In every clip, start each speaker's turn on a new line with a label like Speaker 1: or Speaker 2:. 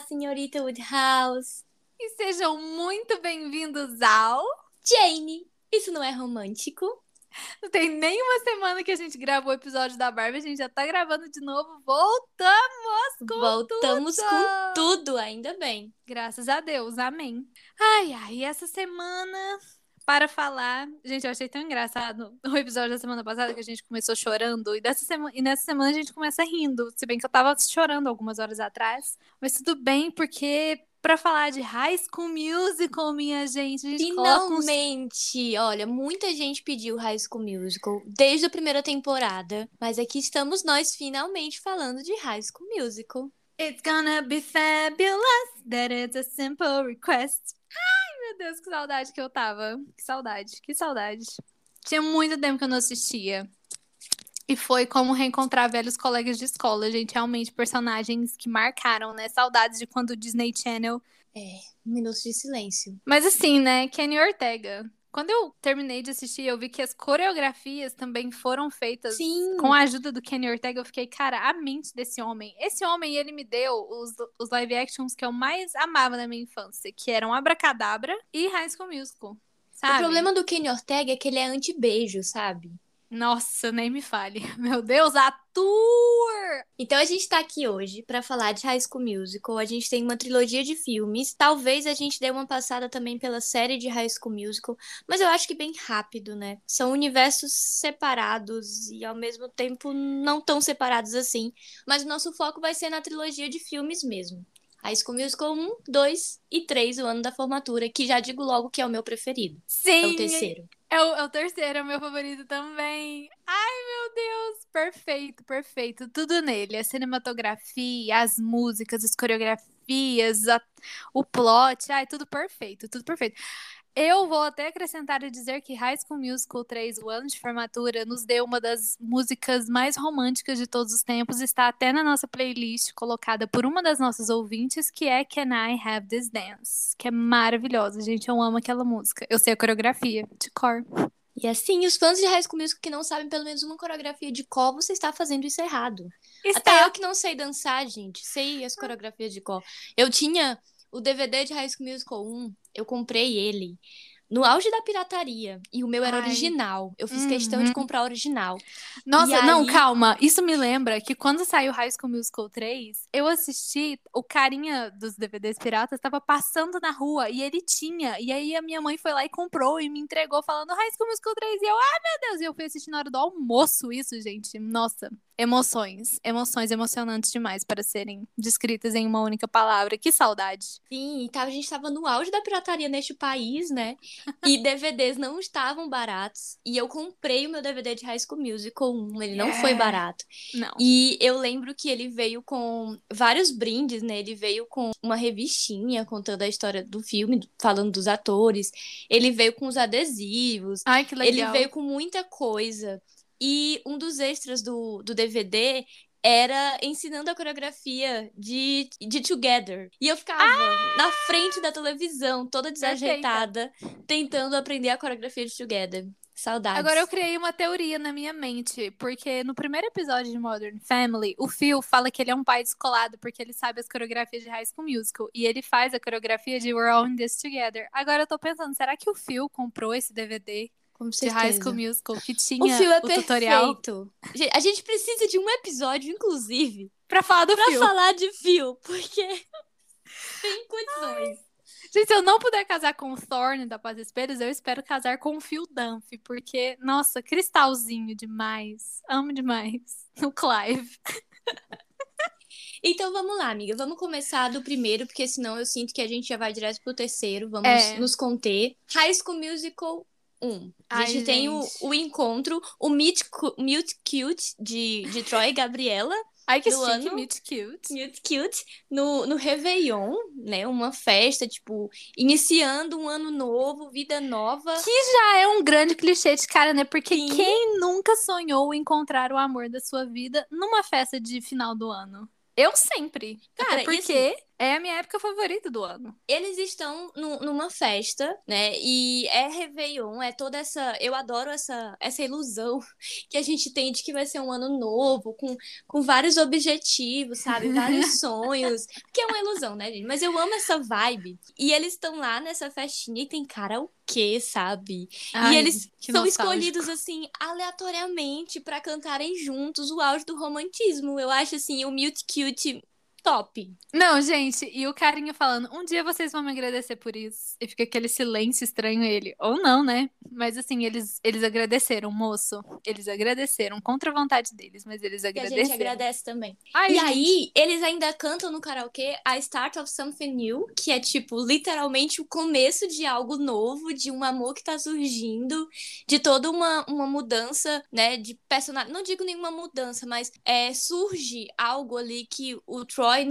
Speaker 1: senhorita Woodhouse.
Speaker 2: E sejam muito bem-vindos ao...
Speaker 1: Jane, isso não é romântico?
Speaker 2: Não tem nenhuma semana que a gente gravou o episódio da Barbie, a gente já tá gravando de novo. Voltamos com
Speaker 1: Voltamos com
Speaker 2: tudo!
Speaker 1: tudo, ainda bem.
Speaker 2: Graças a Deus, amém. Ai, essa semana... Para falar, gente, eu achei tão engraçado o episódio da semana passada que a gente começou chorando e nessa semana a gente começa rindo, se bem que eu tava chorando algumas horas atrás, mas tudo bem, porque pra falar de High School Musical, minha gente, a gente coloca uns...
Speaker 1: Finalmente, olha, muita gente pediu High School Musical desde a primeira temporada, mas aqui estamos nós finalmente falando de High School Musical.
Speaker 2: It's gonna be fabulous, that is a simple request. Meu Deus, que saudade que eu tava. Que saudade. Tinha muito tempo que eu não assistia. E foi como reencontrar velhos colegas de escola, gente. Realmente, personagens que marcaram, né? Saudades de quando o Disney Channel...
Speaker 1: Minutos de silêncio.
Speaker 2: Mas assim, né? Kenny Ortega. Quando eu terminei de assistir, eu vi que as coreografias também foram feitas
Speaker 1: Sim.
Speaker 2: com a ajuda do Kenny Ortega. Eu fiquei, cara, a mente desse homem. Esse homem, ele me deu os live actions que eu mais amava na minha infância, que eram Abracadabra e High School Musical, sabe?
Speaker 1: O problema do Kenny Ortega é que ele é anti-beijo, sabe?
Speaker 2: Nossa, nem me fale. Meu Deus, ator!
Speaker 1: Então a gente tá aqui hoje pra falar de High School Musical. A gente tem uma trilogia de filmes. Talvez a gente dê uma passada também pela série de High School Musical, mas eu acho que bem rápido, né? São universos separados e ao mesmo tempo não tão separados assim. Mas o nosso foco vai ser na trilogia de filmes mesmo. High School Musical 1, 2 e 3, o ano da formatura, que já digo logo que é o meu preferido.
Speaker 2: Sim!
Speaker 1: É o terceiro.
Speaker 2: É o terceiro, é o meu favorito também. Ai, meu Deus! Perfeito, perfeito. Tudo nele. A cinematografia, as músicas, as coreografias, o plot. Ai, tudo perfeito, tudo perfeito. Eu vou até acrescentar e dizer que High School Musical 3, o ano de formatura, nos deu uma das músicas mais românticas de todos os tempos. Está até na nossa playlist, colocada por uma das nossas ouvintes, que é Can I Have This Dance? Que é maravilhosa, gente. Eu amo aquela música. Eu sei a coreografia de cor.
Speaker 1: E assim, os fãs de High School Musical que não sabem pelo menos uma coreografia de cor, você está fazendo isso errado. Até eu que não sei dançar, gente, sei as coreografias de cor. Eu tinha o DVD de High School Musical 1, eu comprei ele no auge da pirataria. E o meu era original. Eu fiz questão de comprar o original.
Speaker 2: Nossa,
Speaker 1: E
Speaker 2: não,
Speaker 1: aí-
Speaker 2: calma. Isso me lembra que quando saiu High School Musical 3, eu assisti, o carinha dos DVDs piratas estava passando na rua e ele tinha. E aí a minha mãe foi lá e comprou e me entregou falando High School Musical 3. E eu, ai meu Deus, e eu fui assistir na hora do almoço isso, gente. Nossa, emoções emocionantes demais para serem descritas em uma única palavra. Que saudade.
Speaker 1: Sim, a gente estava no auge da pirataria neste país, né? E DVDs não estavam baratos. E eu comprei o meu DVD de High School Musical 1, ele não foi barato.
Speaker 2: Não.
Speaker 1: E eu lembro que ele veio com vários brindes, né? Ele veio com uma revistinha contando a história do filme, falando dos atores. Ele veio com os adesivos.
Speaker 2: Ai, que legal.
Speaker 1: Ele veio com muita coisa. E um dos extras do DVD era ensinando a coreografia de Together. E eu ficava na frente da televisão, toda desajeitada, tentando aprender a coreografia de Together. Saudades.
Speaker 2: Agora eu criei uma teoria na minha mente, porque no primeiro episódio de Modern Family, o Phil fala que ele é um pai descolado porque ele sabe as coreografias de High School Musical e ele faz a coreografia de We're All in This Together. Agora eu tô pensando, será que o Phil comprou esse DVD de High School Musical que tinha
Speaker 1: o Phil é
Speaker 2: tutorial?
Speaker 1: perfeito. A gente precisa de um episódio, inclusive,
Speaker 2: pra falar do Phil.
Speaker 1: Pra falar de Phil, porque tem condições.
Speaker 2: Gente, se eu não puder casar com o Thorne da Paz e Espelhos, eu espero casar com o Phil Dunphy, porque, nossa, cristalzinho demais. Amo demais. O Clive.
Speaker 1: Então vamos lá, amiga. Vamos começar do primeiro, porque senão eu sinto que a gente já vai direto pro terceiro. Vamos nos conter. High School Musical 1. A gente tem o encontro, o Meet Cute de Troy e Gabriela.
Speaker 2: Ai, que chique, Meet Cute.
Speaker 1: Meet Cute no Réveillon, né? Uma festa, tipo, iniciando um ano novo, vida nova.
Speaker 2: Que já é um grande clichê de cara, né? Porque quem nunca sonhou encontrar o amor da sua vida numa festa de final do ano? Eu sempre.
Speaker 1: Cara,
Speaker 2: até porque É a minha época favorita do ano.
Speaker 1: Eles estão numa festa, né? E é Réveillon, é toda essa. Eu adoro essa ilusão que a gente tem de que vai ser um ano novo, com vários objetivos, sabe? Vários sonhos. Que é uma ilusão, né, gente? Mas eu amo essa vibe. E eles estão lá nessa festinha e tem karaokê, sabe? E
Speaker 2: Ai,
Speaker 1: eles
Speaker 2: que
Speaker 1: são escolhidos,
Speaker 2: nostálgico.
Speaker 1: assim, aleatoriamente pra cantarem juntos o auge do romantismo. Eu acho, assim, o Mute Cute top.
Speaker 2: Não, gente, e o carinha falando, um dia vocês vão me agradecer por isso. E fica aquele silêncio estranho ele. Ou não, né? Mas assim, eles agradeceram, moço. Eles agradeceram contra a vontade deles, mas eles
Speaker 1: Que a gente
Speaker 2: agradeceram.
Speaker 1: agradece também.
Speaker 2: Ai,
Speaker 1: E
Speaker 2: gente,
Speaker 1: aí, eles ainda cantam no karaokê a Start of Something New, que é tipo, literalmente o começo de algo novo, de um amor que tá surgindo, de toda uma mudança, né, de personagem. Não digo nenhuma mudança, mas surge algo ali que o Troy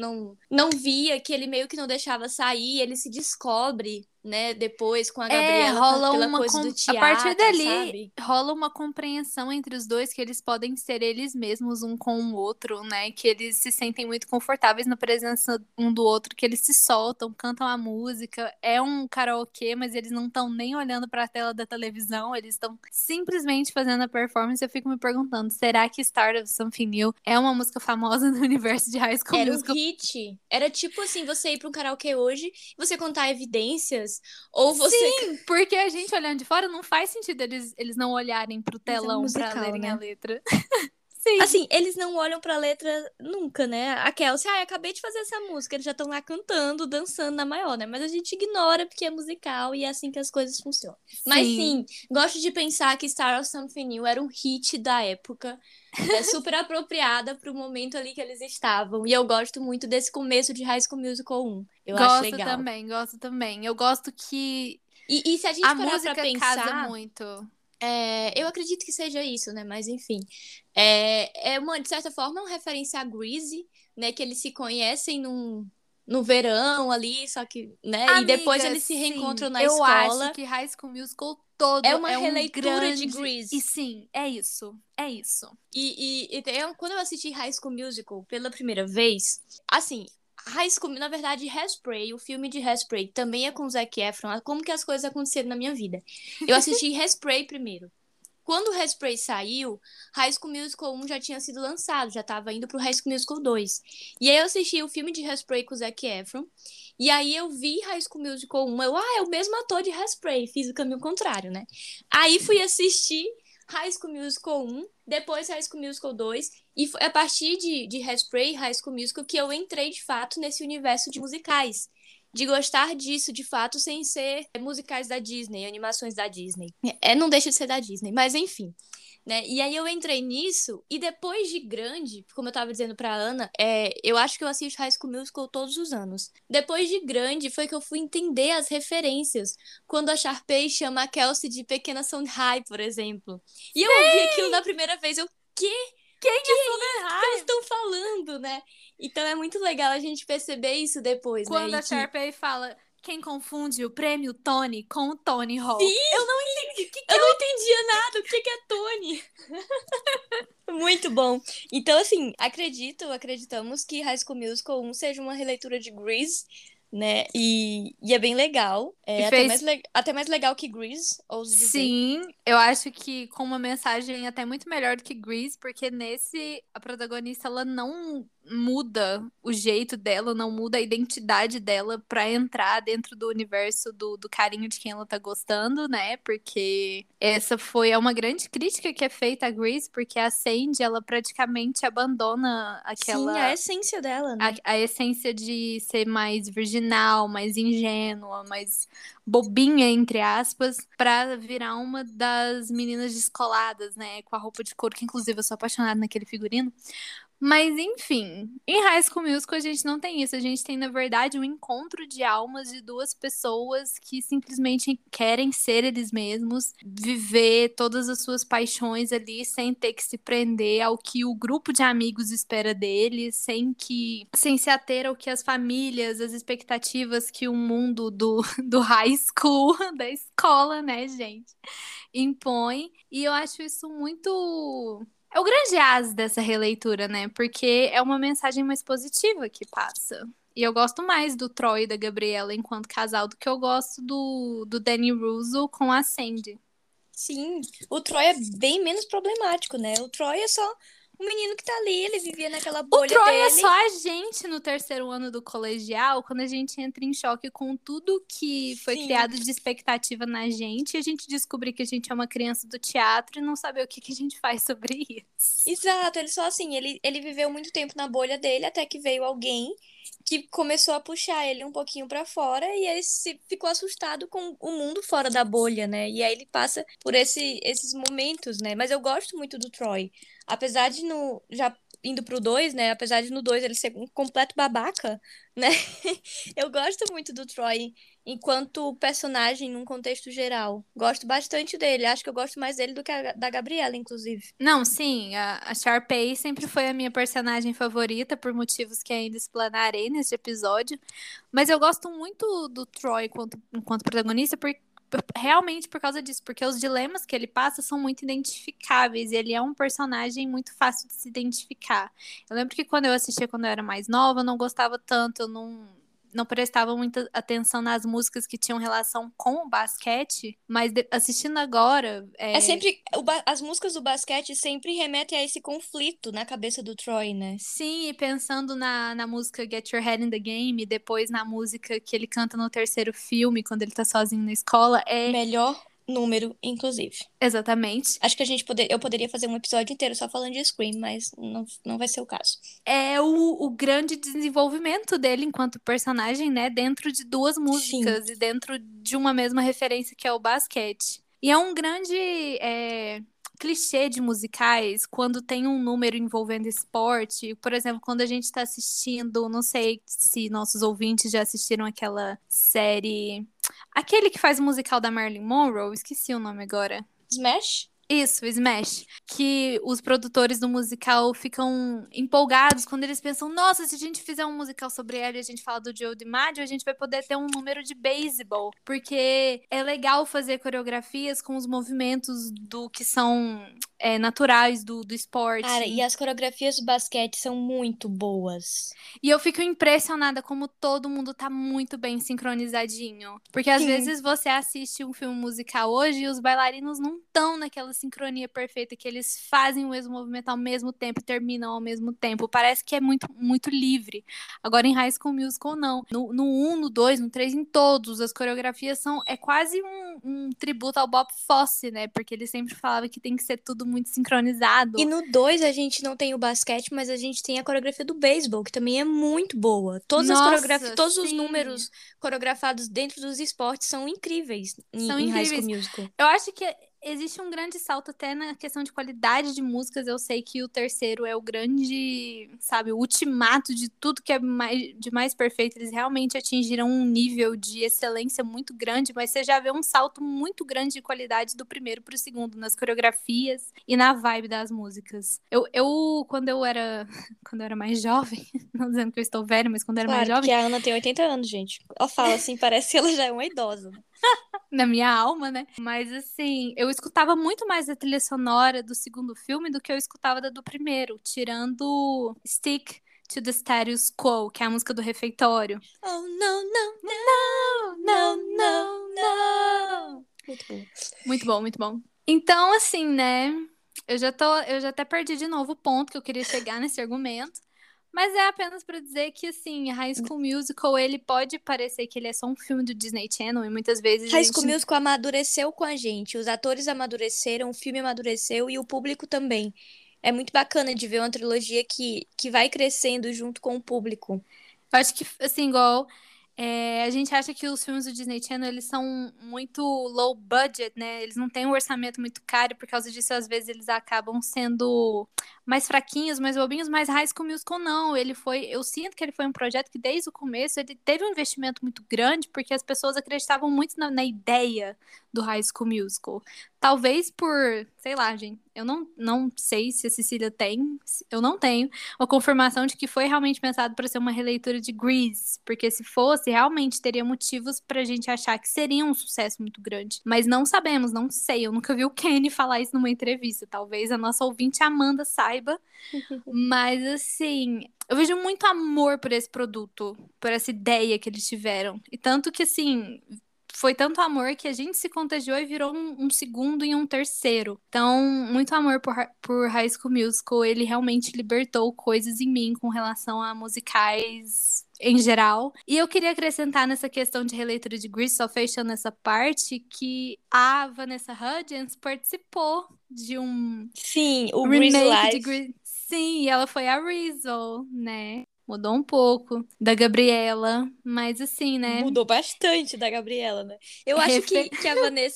Speaker 1: não via, que ele meio que não deixava sair, ele se descobre, né, depois com a Gabriela
Speaker 2: rola
Speaker 1: pela
Speaker 2: uma.
Speaker 1: coisa do
Speaker 2: A partir
Speaker 1: teatro,
Speaker 2: dali,
Speaker 1: sabe?
Speaker 2: rola uma compreensão entre os dois que eles podem ser eles mesmos um com o outro, né? Que eles se sentem muito confortáveis na presença um do outro, que eles se soltam, cantam a música. É um karaokê, mas eles não estão nem olhando para a tela da televisão, eles estão simplesmente fazendo a performance. Eu fico me perguntando, será que Start of Something New é uma música famosa no universo de High School
Speaker 1: Era um
Speaker 2: Musical?
Speaker 1: hit. Era tipo assim, você ir pra um karaokê hoje, você contar evidências, ou você.
Speaker 2: Sim, porque a gente olhando de fora não faz sentido eles não olharem pro
Speaker 1: Mas é um
Speaker 2: telão pra
Speaker 1: musical,
Speaker 2: lerem a
Speaker 1: né?
Speaker 2: letra. Sim.
Speaker 1: Assim, eles não olham pra letra nunca, né? A Kelsey, acabei de fazer essa música, eles já estão lá cantando, dançando na maior, né? Mas a gente ignora porque é musical e é assim que as coisas funcionam. Mas
Speaker 2: Sim.
Speaker 1: sim, gosto de pensar que Star of Something New era um hit da época, né? Super apropriada pro momento ali que eles estavam. E eu gosto muito desse começo de High School Musical 1. Eu acho
Speaker 2: Gosto
Speaker 1: legal.
Speaker 2: também, gosto também. Eu gosto que
Speaker 1: E se a gente
Speaker 2: a
Speaker 1: parar pra
Speaker 2: música casa
Speaker 1: pensar,
Speaker 2: muito.
Speaker 1: eu acredito que seja isso, né? Mas enfim, de certa forma, uma referência a Grease, né? Que eles se conhecem no verão ali, só que, né? E depois
Speaker 2: Amiga,
Speaker 1: eles se
Speaker 2: sim,
Speaker 1: reencontram na
Speaker 2: eu acho
Speaker 1: escola.
Speaker 2: que High School Musical
Speaker 1: É
Speaker 2: todo
Speaker 1: uma
Speaker 2: é um
Speaker 1: releitura de
Speaker 2: grande. E
Speaker 1: Grease.
Speaker 2: sim, é isso. É isso.
Speaker 1: Quando eu assisti High School Musical pela primeira vez, assim, High School, na verdade, Hairspray, o filme de Hairspray também é com o Zac Efron. Como que as coisas aconteceram na minha vida? Eu assisti Hairspray primeiro. Quando o Hairspray saiu, High School Musical 1 já tinha sido lançado, já tava indo pro High School Musical 2. E aí eu assisti o filme de Hairspray com o Zac Efron, e aí eu vi High School Musical 1, é o mesmo ator de Hairspray, fiz o caminho contrário, né? Aí fui assistir High School Musical 1, depois High School Musical 2, e foi a partir de Hairspray, High School Musical, que eu entrei de fato nesse universo de musicais. De gostar disso, de fato, sem ser musicais da Disney, animações da Disney. Não deixa de ser da Disney, mas enfim. Né? E aí eu entrei nisso, e depois de grande, como eu tava dizendo pra Ana, eu acho que eu assisto High School Musical todos os anos. Depois de grande foi que eu fui entender as referências. Quando a Sharpay chama a Kelsey de Pequena Sondheim, por exemplo. E eu ouvi aquilo da primeira vez, quê?
Speaker 2: Quem
Speaker 1: Que
Speaker 2: é
Speaker 1: é isso que eles
Speaker 2: Sondheim?
Speaker 1: estão falando, né? Então é muito legal a gente perceber isso depois, né?
Speaker 2: Quando
Speaker 1: E
Speaker 2: a
Speaker 1: que
Speaker 2: Sharpay fala quem confunde o prêmio Tony com o Tony Hawk.
Speaker 1: sim,
Speaker 2: Eu não entendi. O que que
Speaker 1: eu
Speaker 2: é
Speaker 1: não entendia nada. O que é Tony? Muito bom. Então, assim, acreditamos que High School Musical 1 seja uma releitura de Grease, né? E é bem legal.
Speaker 2: E
Speaker 1: É
Speaker 2: fez.
Speaker 1: até mais legal que Grease, ouso dizer.
Speaker 2: Sim, eu acho que com uma mensagem até muito melhor do que Grease, porque nesse a protagonista ela não muda o jeito dela, não muda a identidade dela pra entrar dentro do universo do carinho de quem ela tá gostando, né? Porque essa foi uma grande crítica que é feita a Grease, porque a Sandy ela praticamente abandona
Speaker 1: Sim, a
Speaker 2: aquela
Speaker 1: essência dela, né?
Speaker 2: a essência de ser mais virginal, mais ingênua, mais bobinha, entre aspas, pra virar uma das meninas descoladas, né? Com a roupa de couro, que inclusive eu sou apaixonada naquele figurino. Mas enfim, em High School Musical a gente não tem isso. A gente tem, na verdade, um encontro de almas de duas pessoas que simplesmente querem ser eles mesmos, viver todas as suas paixões ali sem ter que se prender ao que o grupo de amigos espera deles, sem se ater ao que as famílias, as expectativas que o mundo do high school, da escola, né, gente, impõe. E eu acho isso muito. É o grande as dessa releitura, né? Porque é uma mensagem mais positiva que passa. E eu gosto mais do Troy e da Gabriela enquanto casal do que eu gosto do Danny Russo com a Sandy.
Speaker 1: Sim, o Troy é bem menos problemático, né? O Troy é só um menino que tá ali, ele vivia naquela
Speaker 2: O
Speaker 1: bolha
Speaker 2: Troy é
Speaker 1: dele.
Speaker 2: só a gente no terceiro ano do colegial, quando a gente entra em choque com tudo que foi
Speaker 1: Sim.
Speaker 2: criado de expectativa na gente, e a gente descobrir que a gente é uma criança do teatro e não saber o que a gente faz sobre isso.
Speaker 1: Exato, ele só assim, ele viveu muito tempo na bolha dele, até que veio alguém que começou a puxar ele um pouquinho pra fora e ele ficou assustado com o mundo fora da bolha, né? E aí ele passa por esses momentos, né? Mas eu gosto muito do Troy. Apesar de no já indo pro 2, né? Apesar de no 2 ele ser um completo babaca, né? Eu gosto muito do Troy enquanto personagem num contexto geral. Gosto bastante dele. Acho que eu gosto mais dele do que da Gabriela, inclusive.
Speaker 2: Não, sim, a Sharpay sempre foi a minha personagem favorita por motivos que ainda explanarei neste episódio. Mas eu gosto muito do Troy enquanto protagonista realmente por causa disso, porque os dilemas que ele passa são muito identificáveis e ele é um personagem muito fácil de se identificar. Eu lembro que quando eu assistia quando eu era mais nova, eu não gostava tanto, eu não prestava muita atenção nas músicas que tinham relação com o basquete, mas assistindo agora,
Speaker 1: É sempre. As músicas do basquete sempre remetem a esse conflito na cabeça do Troy, né?
Speaker 2: sim, e pensando na música Get Your Head in the Game, e depois na música que ele canta no terceiro filme, quando ele tá sozinho na escola, é
Speaker 1: Melhor número, inclusive.
Speaker 2: exatamente.
Speaker 1: Acho que eu poderia fazer um episódio inteiro só falando de Scream, mas não vai ser o caso.
Speaker 2: É o grande desenvolvimento dele enquanto personagem, né? Dentro de duas
Speaker 1: Sim.
Speaker 2: músicas e dentro de uma mesma referência que é o basquete. E é um grande clichê de musicais quando tem um número envolvendo esporte. Por exemplo, quando a gente está assistindo, não sei se nossos ouvintes já assistiram aquela série. Aquele que faz o musical da Marilyn Monroe, esqueci o nome agora.
Speaker 1: Smash?
Speaker 2: Isso, Smash. Que os produtores do musical ficam empolgados quando eles pensam: nossa, se a gente fizer um musical sobre ela e a gente fala do Joe DiMaggio, a gente vai poder ter um número de beisebol. Porque é legal fazer coreografias com os movimentos do que são naturais do
Speaker 1: Cara,
Speaker 2: esporte.
Speaker 1: e as coreografias do basquete são muito boas.
Speaker 2: E eu fico impressionada como todo mundo tá muito bem sincronizadinho. Porque às
Speaker 1: Sim.
Speaker 2: vezes você assiste um filme musical hoje e os bailarinos não estão naquela sincronia perfeita que eles fazem o mesmo movimento ao mesmo tempo e terminam ao mesmo tempo. Parece que é muito, muito livre. Agora em High School Musical, não. No 1, no 2, no 3, em todos, as coreografias é quase um tributo ao Bob Fosse, né? Porque ele sempre falava que tem que ser tudo muito sincronizado.
Speaker 1: E no 2 a gente não tem o basquete, mas a gente tem a coreografia do beisebol, que também é muito boa. Todas as coreografias,
Speaker 2: Nossa,
Speaker 1: todos os
Speaker 2: sim.
Speaker 1: números coreografados dentro dos esportes são incríveis
Speaker 2: São
Speaker 1: em High School
Speaker 2: incríveis.
Speaker 1: Musical.
Speaker 2: Eu acho que existe um grande salto até na questão de qualidade de músicas. Eu sei que o terceiro é o grande, sabe, o ultimato de tudo que é de mais perfeito. Eles realmente atingiram um nível de excelência muito grande, mas você já vê um salto muito grande de qualidade do primeiro pro segundo, nas coreografias e na vibe das músicas. Quando eu era, quando eu era mais jovem, não dizendo que eu estou velha, mas quando eu era mais
Speaker 1: Claro,
Speaker 2: jovem,
Speaker 1: porque a Ana tem 80 anos, gente. Ela fala assim, parece que ela já é uma idosa.
Speaker 2: na minha alma, né? Mas assim, eu escutava muito mais a trilha sonora do segundo filme do que eu escutava da do primeiro, tirando Stick to the Status Quo, que é a música do refeitório.
Speaker 1: Oh, não, não, não, não, não, não. Muito bom.
Speaker 2: Muito bom, muito bom. Então, assim, né? Eu já até perdi de novo o ponto que eu queria chegar nesse argumento. Mas é apenas pra dizer que, assim, High School Musical, ele pode parecer que ele é só um filme do Disney Channel e muitas vezes a
Speaker 1: High School
Speaker 2: gente
Speaker 1: Musical amadureceu com a gente. Os atores amadureceram, o filme amadureceu e o público também. É muito bacana de ver uma trilogia que vai crescendo junto com o público.
Speaker 2: eu acho que, assim, igual a gente acha que os filmes do Disney Channel, eles são muito low budget, né? Eles não têm um orçamento muito caro, e por causa disso, às vezes, eles acabam sendo mais fraquinhos, mais bobinhos, mas High School Musical não. Eu sinto que ele foi um projeto que, desde o começo, ele teve um investimento muito grande, porque as pessoas acreditavam muito na ideia do High School Musical. Talvez por, sei lá, gente, eu não sei se a Cecília tem, eu não tenho uma confirmação de que foi realmente pensado para ser uma releitura de Grease, porque se fosse, realmente teria motivos pra gente achar que seria um sucesso muito grande. Mas não sabemos, não sei, eu nunca vi o Kenny falar isso numa entrevista. Talvez a nossa ouvinte Amanda saiba, mas assim, eu vejo muito amor por esse produto, por essa ideia que eles tiveram. E tanto que assim, foi tanto amor que a gente se contagiou e virou um segundo e um terceiro. Então, muito amor por High School Musical. Ele realmente libertou coisas em mim com relação a musicais em geral. E eu queria acrescentar nessa questão de releitura de Grease, só fechando essa parte, que a Vanessa Hudgens participou de um
Speaker 1: Sim, o Grease
Speaker 2: remake de
Speaker 1: Live
Speaker 2: Grease. Sim, e ela foi a Rizzo, né? Mudou um pouco da Gabriela, mas assim, né?
Speaker 1: mudou bastante da Gabriela, né? Eu acho
Speaker 2: Refer...
Speaker 1: que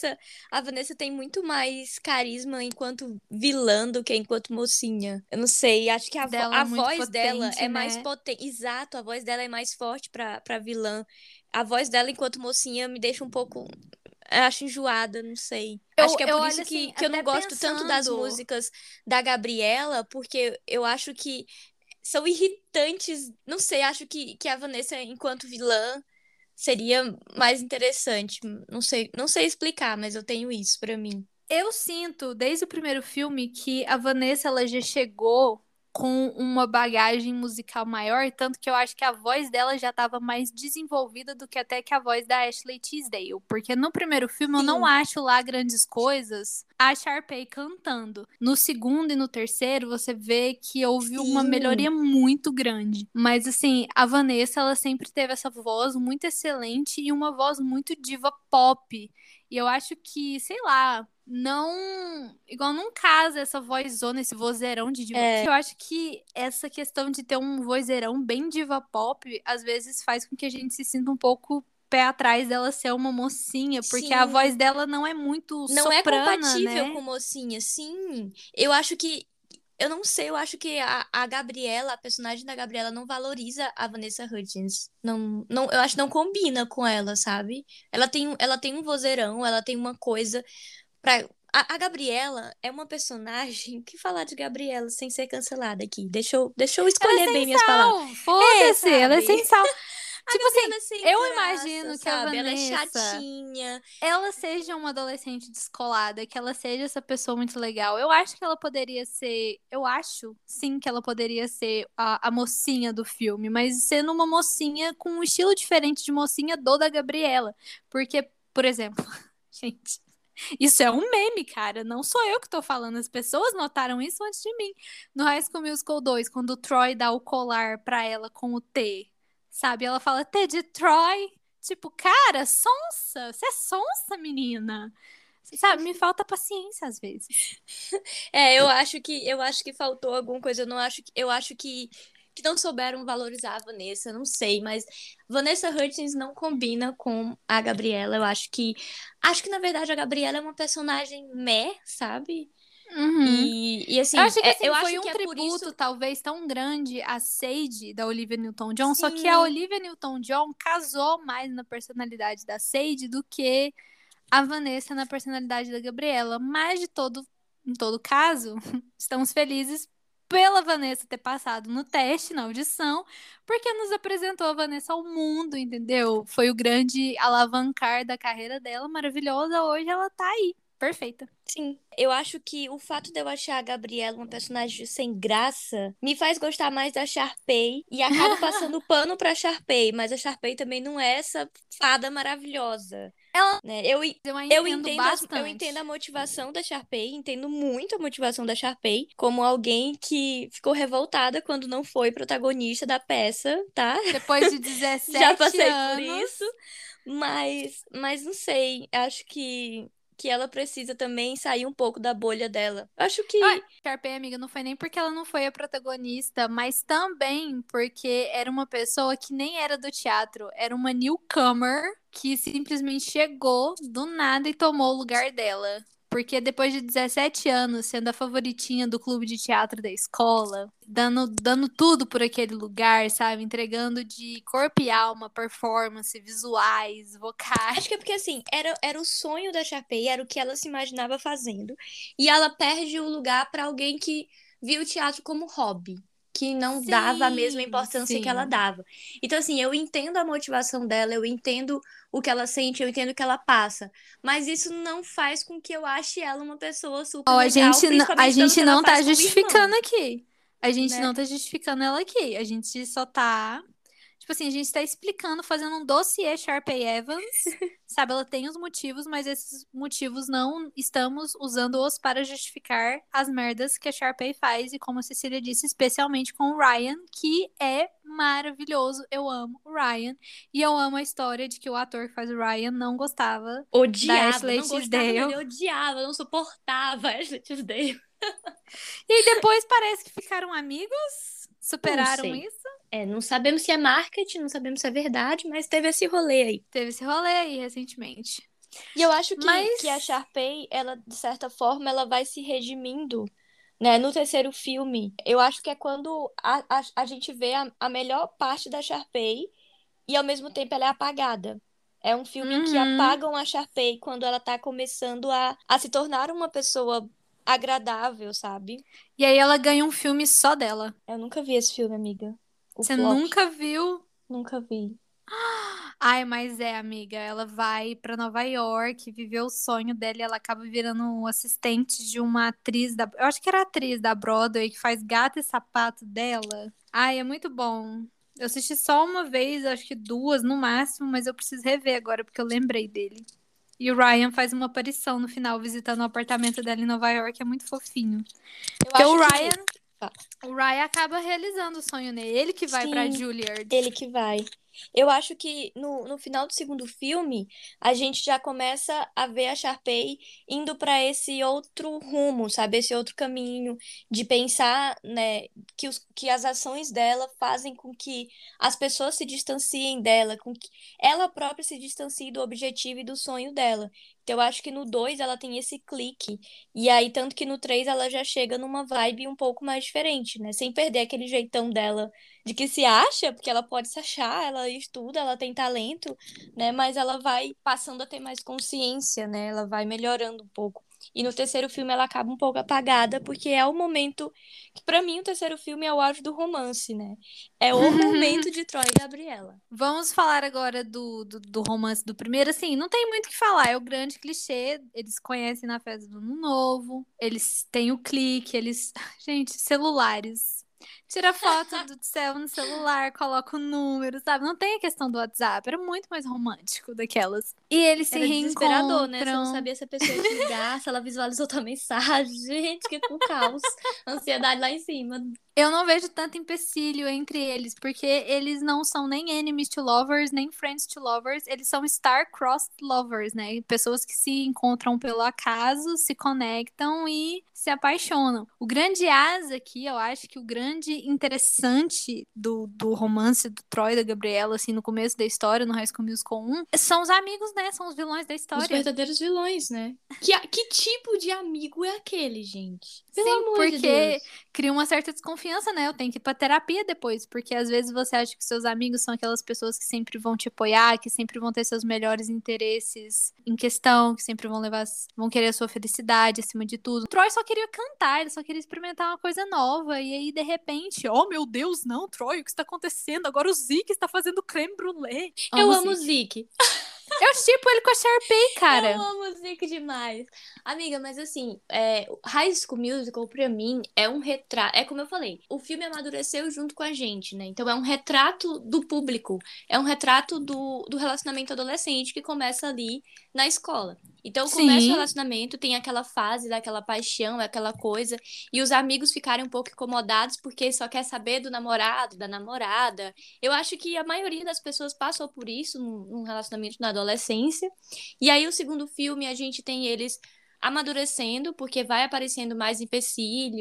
Speaker 1: a Vanessa tem muito mais carisma enquanto vilã do que enquanto mocinha. Eu não sei, acho que
Speaker 2: dela
Speaker 1: a
Speaker 2: é muito
Speaker 1: voz dela
Speaker 2: potente,
Speaker 1: é mais
Speaker 2: né?
Speaker 1: potente. Exato, a voz dela é mais forte pra vilã. A voz dela enquanto mocinha me deixa um pouco. Eu acho enjoada, não sei. Acho que é
Speaker 2: Eu
Speaker 1: por
Speaker 2: olho
Speaker 1: isso
Speaker 2: assim,
Speaker 1: que eu não
Speaker 2: até
Speaker 1: gosto tanto das
Speaker 2: pensando.
Speaker 1: músicas da Gabriela, porque eu acho que são irritantes. Não sei, acho que a Vanessa, enquanto vilã, seria mais interessante. Não sei explicar, mas eu tenho isso pra mim.
Speaker 2: Eu sinto, desde o primeiro filme, que a Vanessa ela já chegou com uma bagagem musical maior, tanto que eu acho que a voz dela já estava mais desenvolvida do que até que a voz da Ashley Tisdale. Porque no primeiro filme eu não
Speaker 1: Sim,
Speaker 2: acho lá grandes coisas a Sharpay cantando. No segundo e no terceiro você vê que houve uma
Speaker 1: sim.
Speaker 2: melhoria muito grande. Mas assim, a Vanessa ela sempre teve essa voz muito excelente e uma voz muito diva pop. E eu acho que, sei lá, não. Igual não casa essa vozona, esse vozeirão de diva.
Speaker 1: É,
Speaker 2: Eu acho que essa questão de ter um vozeirão bem diva pop, às vezes faz com que a gente se sinta um pouco pé atrás dela ser uma mocinha, porque a
Speaker 1: sim.
Speaker 2: voz dela não é muito
Speaker 1: Não é
Speaker 2: soprana,
Speaker 1: compatível com
Speaker 2: né?
Speaker 1: mocinha, sim. Eu acho que. Eu não sei, eu acho que a Gabriela, a personagem da Gabriela, não valoriza a Vanessa Hudgens. Não, não, eu acho que não combina com ela, sabe? Ela tem um vozeirão, ela tem uma coisa. Pra... A Gabriela é uma personagem. Que falar de Gabriela sem ser cancelada aqui? Deixa eu
Speaker 2: Ela é
Speaker 1: escolher bem
Speaker 2: sem
Speaker 1: minhas palavras.
Speaker 2: sal,
Speaker 1: É,
Speaker 2: foda-se, ela é
Speaker 1: sabe?
Speaker 2: sem sal.
Speaker 1: A
Speaker 2: Tipo
Speaker 1: Gabriela
Speaker 2: assim,
Speaker 1: é sem
Speaker 2: eu
Speaker 1: graça,
Speaker 2: imagino que a
Speaker 1: sabe? Ela é
Speaker 2: Vanessa
Speaker 1: chatinha.
Speaker 2: ela seja uma adolescente descolada, que ela seja essa pessoa muito legal. Eu acho que ela poderia ser. Eu acho, sim, que ela poderia ser a mocinha do filme, mas sendo uma mocinha com um estilo diferente de mocinha do da Gabriela. Porque, por exemplo, gente. Isso é um meme, cara. Não sou eu que tô falando. As pessoas notaram isso antes de mim. No High School Musical 2, quando o Troy dá o colar pra ela com o T, sabe? Ela fala T de Troy. Tipo, cara, sonsa. Você é sonsa, menina. Sabe? Me falta paciência às vezes.
Speaker 1: É, eu acho que faltou alguma coisa. Eu não acho, eu acho que não souberam valorizar a Vanessa, não sei, mas Vanessa Hudgens não combina com a Gabriela. Eu acho que na verdade a Gabriela é uma personagem meh, sabe?
Speaker 2: Uhum.
Speaker 1: E
Speaker 2: Eu
Speaker 1: assim,
Speaker 2: achei que
Speaker 1: eu
Speaker 2: assim,
Speaker 1: acho
Speaker 2: foi
Speaker 1: que
Speaker 2: um
Speaker 1: é por isso,
Speaker 2: tributo talvez tão grande a Sage da Olivia Newton-John, só que a
Speaker 1: sim,
Speaker 2: Olivia Newton-John casou mais na personalidade da Sage do que a Vanessa na personalidade da Gabriela. Mas em todo caso, estamos felizes pela Vanessa ter passado no teste, na audição, porque nos apresentou a Vanessa ao mundo, entendeu? Foi o grande alavancar da carreira dela, maravilhosa. Hoje ela tá aí, perfeita.
Speaker 1: sim. Eu acho que o fato de eu achar a Gabriela uma personagem sem graça me faz gostar mais da Sharpay e acabo passando pano pra Sharpay, mas a Sharpay também não é essa fada maravilhosa.
Speaker 2: Ela,
Speaker 1: Né?
Speaker 2: eu a entendo
Speaker 1: Eu entendo a
Speaker 2: bastante.
Speaker 1: motivação da Sharpay, entendo muito a motivação da Sharpay, como alguém que ficou revoltada quando não foi protagonista da peça, tá?
Speaker 2: Depois de
Speaker 1: Já
Speaker 2: 17
Speaker 1: passei por isso,
Speaker 2: anos.
Speaker 1: mas não sei, acho que ela precisa também sair um pouco da bolha dela. Acho
Speaker 2: Ah,
Speaker 1: que
Speaker 2: Sharpay, amiga, não foi nem porque ela não foi a protagonista, mas também porque era uma pessoa que nem era do teatro, era uma newcomer que simplesmente chegou do nada e tomou o lugar dela. porque depois de 17 anos sendo a favoritinha do clube de teatro da escola, dando tudo por aquele lugar, sabe? Entregando de corpo e alma, performance, visuais, vocais.
Speaker 1: Acho que é porque, assim, era o sonho da Sharpay, era o que ela se imaginava fazendo. E ela perde o lugar pra alguém que viu o teatro como hobby, que não dava a mesma
Speaker 2: Sim,
Speaker 1: importância que ela
Speaker 2: sim.
Speaker 1: dava. Então, assim, eu entendo a motivação dela, eu entendo o que ela sente, eu entendo o que ela passa. Mas isso não faz com que eu ache ela uma pessoa super
Speaker 2: Ó,
Speaker 1: legal,
Speaker 2: a
Speaker 1: principalmente pelo
Speaker 2: gente
Speaker 1: que ela
Speaker 2: não tá
Speaker 1: faz como
Speaker 2: justificando
Speaker 1: irmã,
Speaker 2: aqui. A gente
Speaker 1: né?
Speaker 2: não tá justificando ela aqui. A gente só tá. Tipo assim, a gente tá explicando, fazendo um dossiê Sharpay Evans. Sabe, ela tem os motivos, mas esses motivos não estamos usando-os para justificar as merdas que a Sharpay faz. E como a Cecília disse, especialmente com o Ryan, que é maravilhoso. Eu amo o Ryan. E eu amo a história de que o ator que faz o Ryan não gostava da
Speaker 1: Odiava,
Speaker 2: Ashley
Speaker 1: não gostava, não,
Speaker 2: Tisdale.
Speaker 1: ele odiava, não suportava a Ashley Tisdale.
Speaker 2: E aí depois parece que ficaram amigos,
Speaker 1: Não
Speaker 2: superaram
Speaker 1: sei.
Speaker 2: isso.
Speaker 1: É, não sabemos se é marketing, não sabemos se é verdade, mas teve esse rolê aí.
Speaker 2: Teve esse rolê aí recentemente.
Speaker 1: E eu acho que a
Speaker 2: Mas.
Speaker 1: Sharpay, ela, de certa forma, ela vai se redimindo, né? No terceiro filme, eu acho que é quando a gente vê a melhor parte da Sharpay e, ao mesmo tempo, ela é apagada. É um filme em que
Speaker 2: Uhum.
Speaker 1: apagam a Sharpay quando ela tá começando a se tornar uma pessoa agradável, sabe?
Speaker 2: E aí ela ganha um filme só dela.
Speaker 1: Eu nunca vi esse filme, amiga. O
Speaker 2: Você
Speaker 1: flop.
Speaker 2: nunca viu?
Speaker 1: Nunca vi.
Speaker 2: Ai, mas é, amiga. Ela vai pra Nova York, viveu o sonho dela e ela acaba virando um assistente de uma atriz da. Eu acho que era a atriz da Broadway que faz Gato e Sapato dela. Ai, é muito bom. Eu assisti só uma vez, acho que duas no máximo, mas eu preciso rever agora porque eu lembrei dele. E o Ryan faz uma aparição no final, visitando o apartamento dela em Nova York, é muito fofinho.
Speaker 1: Eu
Speaker 2: Porque
Speaker 1: acho que. Tá.
Speaker 2: O Ryan acaba realizando o sonho nele, ele que vai pra
Speaker 1: Sim,
Speaker 2: Juilliard.
Speaker 1: ele que vai. Eu acho que no final do segundo filme, a gente já começa a ver a Sharpay indo para esse outro rumo, sabe? Esse outro caminho de pensar, né, que as ações dela fazem com que as pessoas se distanciem dela, com que ela própria se distancie do objetivo e do sonho dela. Então, eu acho que no 2 ela tem esse clique. E aí, tanto que no 3 ela já chega numa vibe um pouco mais diferente, né? Sem perder aquele jeitão dela de que se acha, porque ela pode se achar, ela estuda, ela tem talento, né? Mas ela vai passando a ter mais consciência, né? Ela vai melhorando um pouco. E no terceiro filme ela acaba um pouco apagada, porque é o momento que para mim o terceiro filme é o auge do romance, né? É o momento de Troy e Gabriela.
Speaker 2: Vamos falar agora do romance do primeiro. Assim, não tem muito o que falar, é o grande clichê. Eles conhecem na festa do Ano Novo, eles têm o clique, eles. Gente, celulares. Tira foto do céu no celular, coloca o número, sabe? Não tem a questão do WhatsApp, era muito mais romântico daquelas. E eles se
Speaker 1: Era desesperador, né? Você não
Speaker 2: reencontram.
Speaker 1: sabia se a pessoa ia te ligar, se ela visualizou tua mensagem. Gente, que caos. Ansiedade lá em cima.
Speaker 2: Eu não vejo tanto empecilho entre eles, porque eles não são nem enemies to lovers, nem friends to lovers, eles são star-crossed lovers, né? Pessoas que se encontram pelo acaso, se conectam e se apaixonam. O grande asa aqui, eu acho que o grande interessante do romance do Troy e da Gabriela, assim, no começo da história, no High School Musical 1, são os amigos, né? São os vilões da
Speaker 1: Os
Speaker 2: história.
Speaker 1: verdadeiros vilões, né? Que tipo de amigo é aquele, gente? Pelo
Speaker 2: Sim,
Speaker 1: amor de
Speaker 2: porque
Speaker 1: Deus.
Speaker 2: cria uma certa desconfiança, né? Eu tenho que ir pra terapia depois, porque às vezes você acha que seus amigos são aquelas pessoas que sempre vão te apoiar, que sempre vão ter seus melhores interesses em questão, que sempre vão levar, vão querer a sua felicidade acima de tudo. O Troy só queria cantar, ele só queria experimentar uma coisa nova, e aí de repente, oh meu Deus, não, Troy, o que está acontecendo? Agora o Zeke está fazendo creme brulee.
Speaker 1: Eu
Speaker 2: Amo o
Speaker 1: amo o
Speaker 2: Zeke.
Speaker 1: Zeke.
Speaker 2: Eu shippo ele com a Sharpay,
Speaker 1: Eu
Speaker 2: cara.
Speaker 1: amo o Zeke demais. Amiga, mas assim, High School Musical, pra mim, é um retrato. É como eu falei, o filme amadureceu junto com a gente, né? Então é um retrato do público. É um retrato do relacionamento adolescente que começa ali na escola. Então começa o
Speaker 2: Sim.
Speaker 1: relacionamento, tem aquela fase daquela paixão, aquela coisa, e os amigos ficarem um pouco incomodados porque só quer saber do namorado, da namorada. Eu acho que a maioria das pessoas passou por isso num relacionamento na adolescência. E aí, o segundo filme, a gente tem eles amadurecendo, porque vai aparecendo mais empecilho,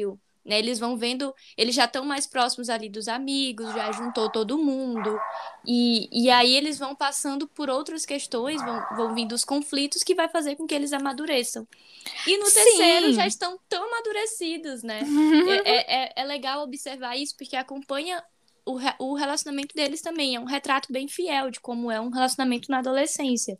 Speaker 1: né? Eles vão vendo, eles já estão mais próximos ali dos amigos, já juntou todo mundo. E aí eles vão passando por outras questões, vão vindo os conflitos que vai fazer com que eles amadureçam. E no terceiro já
Speaker 2: Sim.
Speaker 1: estão tão amadurecidos, né? É legal observar isso, porque acompanha o relacionamento deles também. É um retrato bem fiel de como é um relacionamento na adolescência.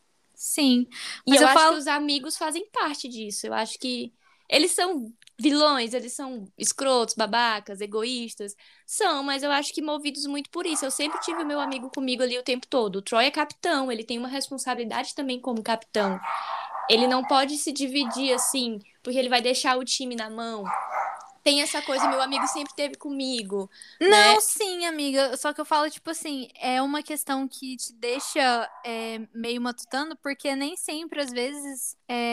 Speaker 2: Sim.
Speaker 1: E
Speaker 2: Mas
Speaker 1: eu
Speaker 2: eu
Speaker 1: acho que
Speaker 2: falo.
Speaker 1: os amigos fazem parte disso. Eu acho que eles são vilões, eles são escrotos, babacas, egoístas. São, mas eu acho que movidos muito por isso. Eu sempre tive o meu amigo comigo ali o tempo todo. O Troy é capitão, ele tem uma responsabilidade também como capitão. Ele não pode se dividir assim, porque ele vai deixar o time na mão. Tem essa coisa, meu amigo sempre teve comigo, né?
Speaker 2: Não, sim, amiga. Só que eu falo, tipo assim, é uma questão que te deixa meio matutando, porque nem sempre, às vezes,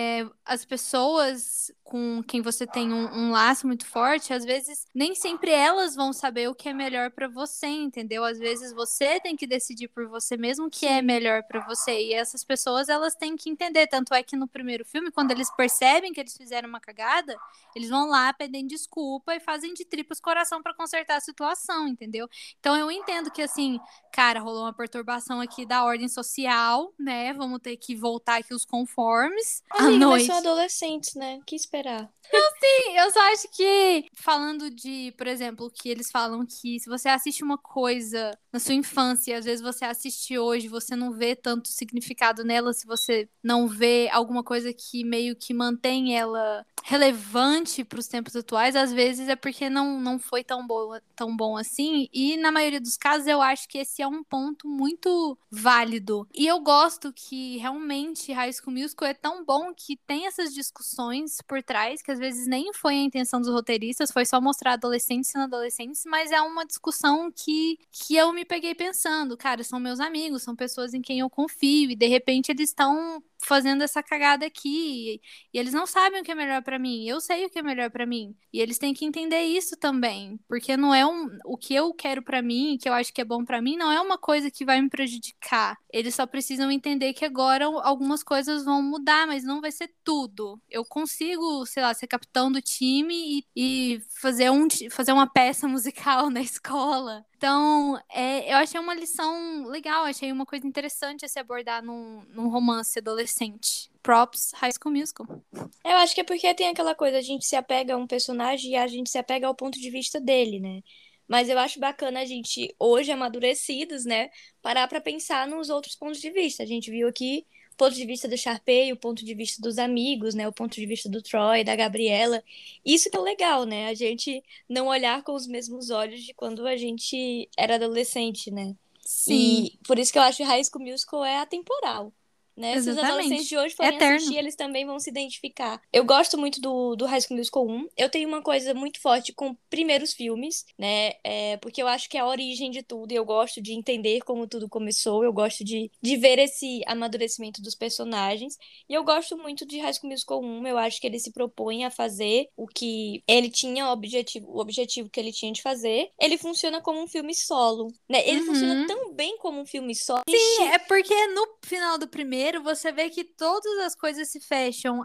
Speaker 2: as pessoas com quem você tem um laço muito forte, às vezes, nem sempre elas vão saber o que é melhor pra você, entendeu? Às vezes você tem que decidir por você mesmo o que é
Speaker 1: Sim.
Speaker 2: melhor pra você. E essas pessoas, elas têm que entender. Tanto é que no primeiro filme, quando eles percebem que eles fizeram uma cagada, eles vão lá, pedem desculpa e fazem de tripas coração pra consertar a situação, entendeu? Então eu entendo que assim, cara, rolou uma perturbação aqui da ordem social, né? Vamos ter que voltar aqui os conformes à
Speaker 1: Amiga, mas são
Speaker 2: noite.
Speaker 1: adolescentes, né? O que esperar?
Speaker 2: Sim, eu só acho que falando de, por exemplo, que eles falam que se você assiste uma coisa na sua infância, e às vezes você assiste hoje, você não vê tanto significado nela, se você não vê alguma coisa que meio que mantém ela relevante para os tempos atuais, às vezes é porque não foi tão bom assim. E na maioria dos casos, eu acho que esse é um ponto muito válido. E eu gosto que realmente High School Musical é tão bom que tem essas discussões por trás, que às vezes nem foi a intenção dos roteiristas, foi só mostrar adolescentes sendo adolescentes, mas é uma discussão que eu me peguei pensando, cara, são meus amigos, são pessoas em quem eu confio, e de repente eles estão fazendo essa cagada aqui e eles não sabem o que é melhor pra mim. Eu sei o que é melhor pra mim. E eles têm que entender isso também, porque não é o que eu quero pra mim, que eu acho que é bom pra mim, não é uma coisa que vai me prejudicar. Eles só precisam entender que agora algumas coisas vão mudar, mas não vai ser tudo. Eu consigo, sei lá, ser capitão do time e fazer uma peça musical na escola. Então, eu achei uma lição legal, achei uma coisa interessante a se abordar num romance adolescente. Props, High School Musical.
Speaker 1: Eu acho que é porque tem aquela coisa, a gente se apega a um personagem e a gente se apega ao ponto de vista dele, né? Mas eu acho bacana a gente, hoje amadurecidos, né, parar pra pensar nos outros pontos de vista. A gente viu aqui o ponto de vista do Sharpay, o ponto de vista dos amigos, né, o ponto de vista do Troy, da Gabriela. Isso que é legal, né? A gente não olhar com os mesmos olhos de quando a gente era adolescente, né?
Speaker 2: Sim,
Speaker 1: E por isso que eu acho que High School Musical é atemporal. Né? Se os adolescentes de
Speaker 2: exatamente.
Speaker 1: hoje forem assistir,
Speaker 2: Eterno.
Speaker 1: eles também vão se identificar. Eu gosto muito do High School Musical 1. Eu tenho uma coisa muito forte com primeiros filmes, né? Porque eu acho que é a origem de tudo e eu gosto de entender como tudo começou. Eu gosto de ver esse amadurecimento dos personagens. E eu gosto muito de High School Musical 1. Eu acho que ele se propõe a fazer o que ele tinha o objetivo que ele tinha de fazer. Ele funciona como um filme solo, né? Ele funciona
Speaker 2: Uhum.
Speaker 1: tão bem como um filme solo.
Speaker 2: É porque no final do primeiro você vê que todas as coisas se fecham.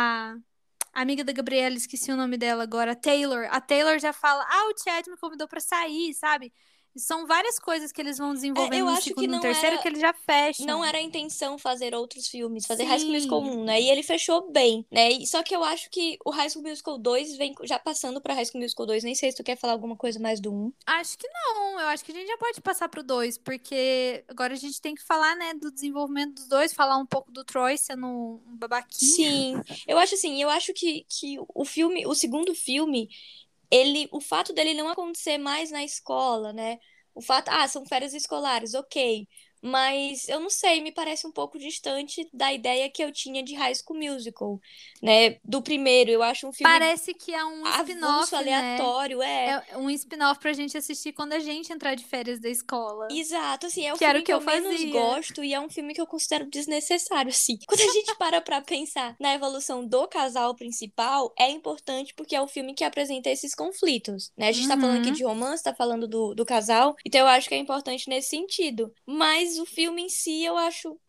Speaker 2: A amiga da Gabriela, esqueci o nome dela agora, Taylor. A Taylor já fala: Ah, o Chad me convidou pra sair, sabe? São várias coisas que eles vão desenvolvendo
Speaker 1: Eu
Speaker 2: no
Speaker 1: acho que
Speaker 2: segundo e no terceiro que eles já
Speaker 1: não
Speaker 2: fecham.
Speaker 1: era a intenção fazer outros filmes, fazer High School Musical
Speaker 2: Sim,
Speaker 1: 1, né? E ele fechou bem, né? Só que eu acho que o High School Musical 2 vem já passando pra High School Musical 2. Nem sei se tu quer falar alguma coisa mais do 1.
Speaker 2: acho que não. Eu acho que a gente já pode passar pro dois, porque agora a gente tem que falar, né, do desenvolvimento dos dois, falar um pouco do Troy sendo um babaquinha.
Speaker 1: Sim, eu acho que o filme, o segundo filme, o fato dele não acontecer mais na escola, né? O fato, são férias escolares, ok. Mas eu não sei, me parece um pouco distante da ideia que eu tinha de High School Musical, né? Do primeiro, eu acho um filme
Speaker 2: Parece que é um
Speaker 1: avulso,
Speaker 2: spin-off, né?
Speaker 1: aleatório, é.
Speaker 2: É um spin-off pra gente assistir quando a gente entrar de férias da escola.
Speaker 1: Exato, assim, é o
Speaker 2: Que era o
Speaker 1: filme
Speaker 2: que
Speaker 1: que eu
Speaker 2: eu
Speaker 1: menos
Speaker 2: fazia.
Speaker 1: gosto e é um filme que eu considero desnecessário, assim. Quando a gente para pra pensar na evolução do casal principal, é importante porque é o filme que apresenta esses conflitos, né? A gente tá falando aqui
Speaker 2: Uhum.
Speaker 1: de romance, tá falando do casal, então eu acho que é importante nesse sentido. Mas o filme em si eu acho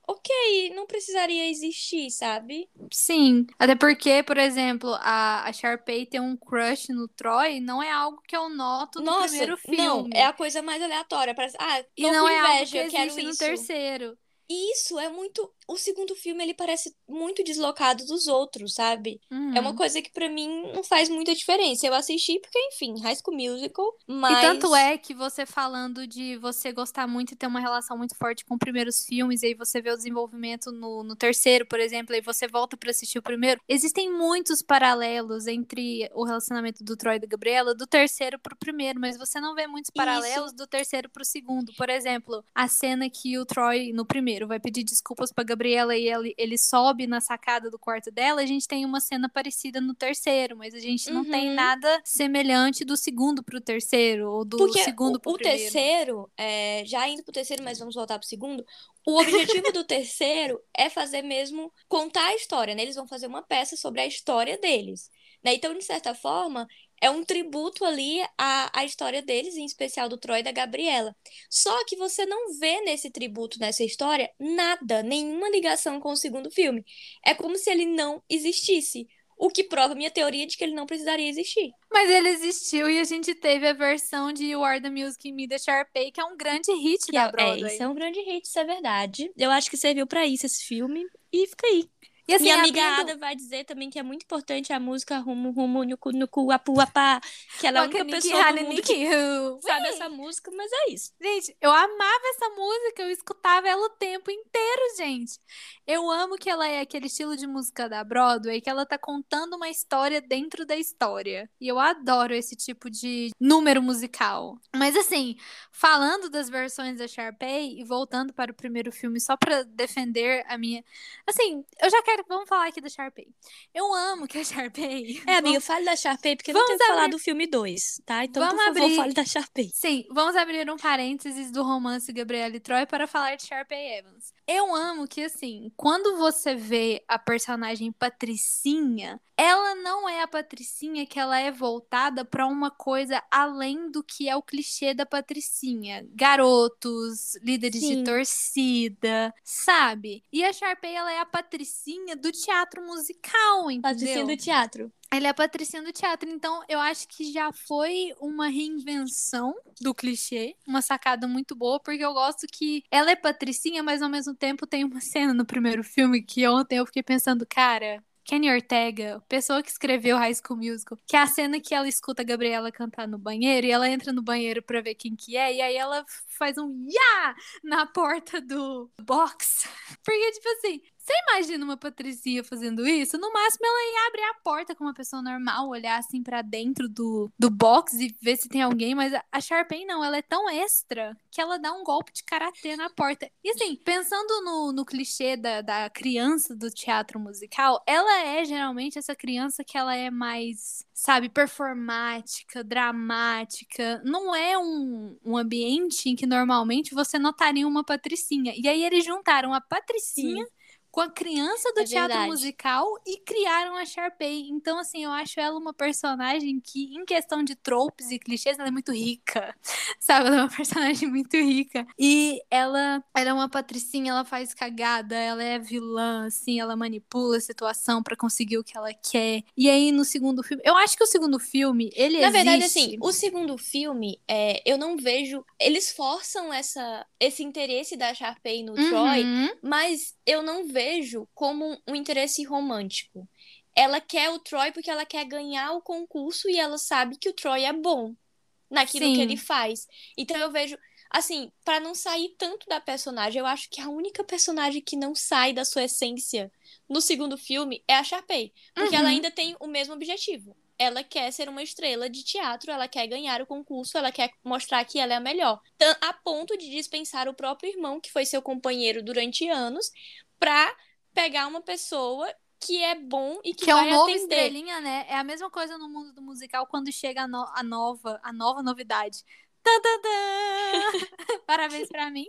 Speaker 1: ok, não precisaria existir, sabe?
Speaker 2: Sim, até porque, por exemplo, a Sharpay ter um crush no Troy não é algo que eu noto no
Speaker 1: Nossa,
Speaker 2: primeiro
Speaker 1: não, é
Speaker 2: filme.
Speaker 1: a coisa mais aleatória. Parece,
Speaker 2: E
Speaker 1: tô com
Speaker 2: não é algo que
Speaker 1: inveja, quero
Speaker 2: existe no
Speaker 1: isso.
Speaker 2: terceiro.
Speaker 1: E isso é muito. O segundo filme, ele parece muito deslocado dos outros, sabe? É uma
Speaker 2: Uhum.
Speaker 1: coisa que pra mim não faz muita diferença. Eu assisti porque, enfim, High School Musical,
Speaker 2: E tanto
Speaker 1: mas
Speaker 2: é que você falando de você gostar muito e ter uma relação muito forte com primeiros filmes, e aí você vê o desenvolvimento no terceiro, por exemplo, e aí você volta pra assistir o primeiro. Existem muitos paralelos entre o relacionamento do Troy e da Gabriela, do terceiro pro primeiro, mas você não vê muitos
Speaker 1: isso.
Speaker 2: paralelos do terceiro pro segundo. Por exemplo, a cena que o Troy, no primeiro, vai pedir desculpas pra Gabriela e ele sobe na sacada do quarto dela, a gente tem uma cena parecida no terceiro, mas a gente não tem
Speaker 1: Uhum.
Speaker 2: nada semelhante do segundo pro terceiro ou do
Speaker 1: Porque
Speaker 2: segundo pro
Speaker 1: o
Speaker 2: primeiro.
Speaker 1: terceiro, já indo pro terceiro, mas vamos voltar pro segundo. O objetivo do terceiro é fazer mesmo contar a história, né? Eles vão fazer uma peça sobre a história deles, né? Então, de certa forma, é um tributo ali à história deles, em especial do Troy e da Gabriela. Só que você não vê nesse tributo, nessa história, nada, nenhuma ligação com o segundo filme. É como se ele não existisse. O que prova a minha teoria de que ele não precisaria existir.
Speaker 2: Mas ele existiu e a gente teve a versão de You Are the Music Me The Sharpay, que é um grande hit
Speaker 1: Que
Speaker 2: da
Speaker 1: isso
Speaker 2: Broadway.
Speaker 1: é um grande hit, isso é verdade. Eu acho que serviu pra isso esse filme e fica aí.
Speaker 2: E
Speaker 1: Minha
Speaker 2: assim,
Speaker 1: amiga
Speaker 2: abrindo
Speaker 1: Ada vai dizer também que é muito importante a música Rumo, Rumo, Nucu, Nucu, Apu, Apá, que ela é a única
Speaker 2: Wakaniki
Speaker 1: pessoa do mundo que
Speaker 2: Haneniki Hu.
Speaker 1: sabe essa música, mas é isso.
Speaker 2: Gente, eu amava essa música, eu escutava ela o tempo inteiro, gente. Eu amo que ela é aquele estilo de música da Broadway, que ela tá contando uma história dentro da história. E eu adoro esse tipo de número musical. Mas assim, falando das versões da Sharpay e voltando para o primeiro filme só pra defender a minha, assim, eu já quero, vamos falar aqui da Sharpay. Eu amo que a Sharpay,
Speaker 1: Amiga, fale da Sharpay, porque eu não tenho
Speaker 2: vamos
Speaker 1: o que falar
Speaker 2: abrir,
Speaker 1: do filme 2, tá? Então, por
Speaker 2: vamos
Speaker 1: favor,
Speaker 2: abrir
Speaker 1: fale da Sharpay.
Speaker 2: Sim, vamos abrir um parênteses do romance Gabriela e Troy para falar de Sharpay Evans. Eu amo que, assim, quando você vê a personagem Patricinha, ela não é a Patricinha que ela é voltada para uma coisa além do que é o clichê da Patricinha. Garotos, líderes de
Speaker 1: Sim,
Speaker 2: torcida, sabe? E a Sharpay, ela é a Patricinha do teatro musical,
Speaker 1: Patricinha do
Speaker 2: entendeu?
Speaker 1: teatro.
Speaker 2: Ela é a Patricinha do teatro, então eu acho que já foi uma reinvenção do clichê, uma sacada muito boa, porque eu gosto que ela é Patricinha, mas ao mesmo tempo tem uma cena no primeiro filme que ontem eu fiquei pensando, cara. Kenny Ortega, pessoa que escreveu High School Musical, que é a cena que ela escuta a Gabriela cantar no banheiro e ela entra no banheiro pra ver quem que é, e aí ela faz um ya na porta do box. Porque, tipo assim, você imagina uma Patricinha fazendo isso? No máximo, ela ia abrir a porta como uma pessoa normal, olhar assim pra dentro do box e ver se tem alguém, mas a Sharpay não, ela é tão extra que ela dá um golpe de karatê na porta. E assim, pensando no clichê da criança do teatro musical, ela é geralmente essa criança que ela é mais, sabe, performática, dramática. Não é um ambiente em que normalmente você notaria uma Patricinha. E aí eles juntaram a Patricinha
Speaker 1: Sim,
Speaker 2: com a criança do
Speaker 1: é
Speaker 2: teatro
Speaker 1: verdade.
Speaker 2: musical e criaram a Sharpay. Então, assim, eu acho ela uma personagem que, em questão de tropes e clichês, ela é muito rica. Sabe? Ela é uma personagem muito rica. E ela é uma patricinha, ela faz cagada, ela é vilã, assim, ela manipula a situação pra conseguir o que ela quer. E aí, no segundo filme, eu acho que o segundo filme, ele
Speaker 1: Na verdade, assim,
Speaker 2: existe.
Speaker 1: o segundo filme, eu não vejo. Eles forçam esse interesse da Sharpay no Troy,
Speaker 2: Uhum.
Speaker 1: mas eu não vejo como um interesse romântico. Ela quer o Troy porque ela quer ganhar o concurso e ela sabe que o Troy é bom naquilo que ele
Speaker 2: Sim.
Speaker 1: faz. Então eu vejo, assim, pra não sair tanto da personagem, eu acho que a única personagem que não sai da sua essência no segundo filme é a Sharpay, porque ela
Speaker 2: Uhum.
Speaker 1: ainda tem o mesmo objetivo. Ela quer ser uma estrela de teatro, ela quer ganhar o concurso, ela quer mostrar que ela é a melhor. A ponto de dispensar o próprio irmão, que foi seu companheiro durante anos, pra pegar uma pessoa que é bom e que
Speaker 2: Que é um
Speaker 1: vai
Speaker 2: novo
Speaker 1: atender.
Speaker 2: estrelinha, né? É a mesma coisa no mundo do musical quando chega a nova novidade. Tã, tã, tã! Parabéns pra mim.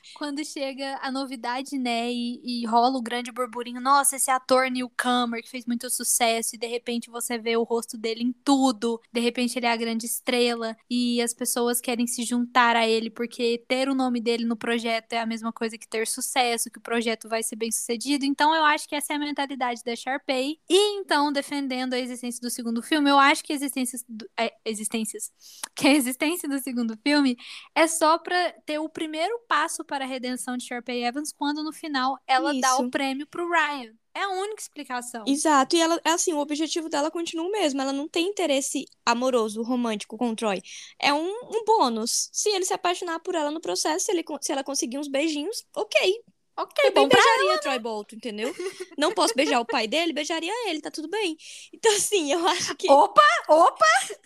Speaker 2: quando chega a novidade, né, e rola o grande burburinho, nossa, esse ator newcomer que fez muito sucesso, e de repente você vê o rosto dele em tudo, de repente ele é a grande estrela, e as pessoas querem se juntar a ele, porque ter o nome dele no projeto é a mesma coisa que ter sucesso, que o projeto vai ser bem sucedido, então eu acho que essa é a mentalidade da Sharpay, e então, defendendo a existência do segundo filme, eu acho que que a existência do segundo filme é só pra ter o primeiro passo para a redenção de Sharpay Evans, quando no final ela dá o
Speaker 1: Isso.
Speaker 2: prêmio pro Ryan. É a única explicação.
Speaker 1: Exato, e ela, assim, o objetivo dela continua o mesmo. Ela não tem interesse amoroso, romântico com o Troy. É um bônus. Se ele se apaixonar por ela no processo, se ela conseguir uns beijinhos, ok.
Speaker 2: Ok,
Speaker 1: Também
Speaker 2: bom pra
Speaker 1: beijaria Troy Bolton, entendeu? Não posso beijar o pai dele, beijaria ele, tá tudo bem. Então, assim, eu acho que.
Speaker 2: Opa, opa!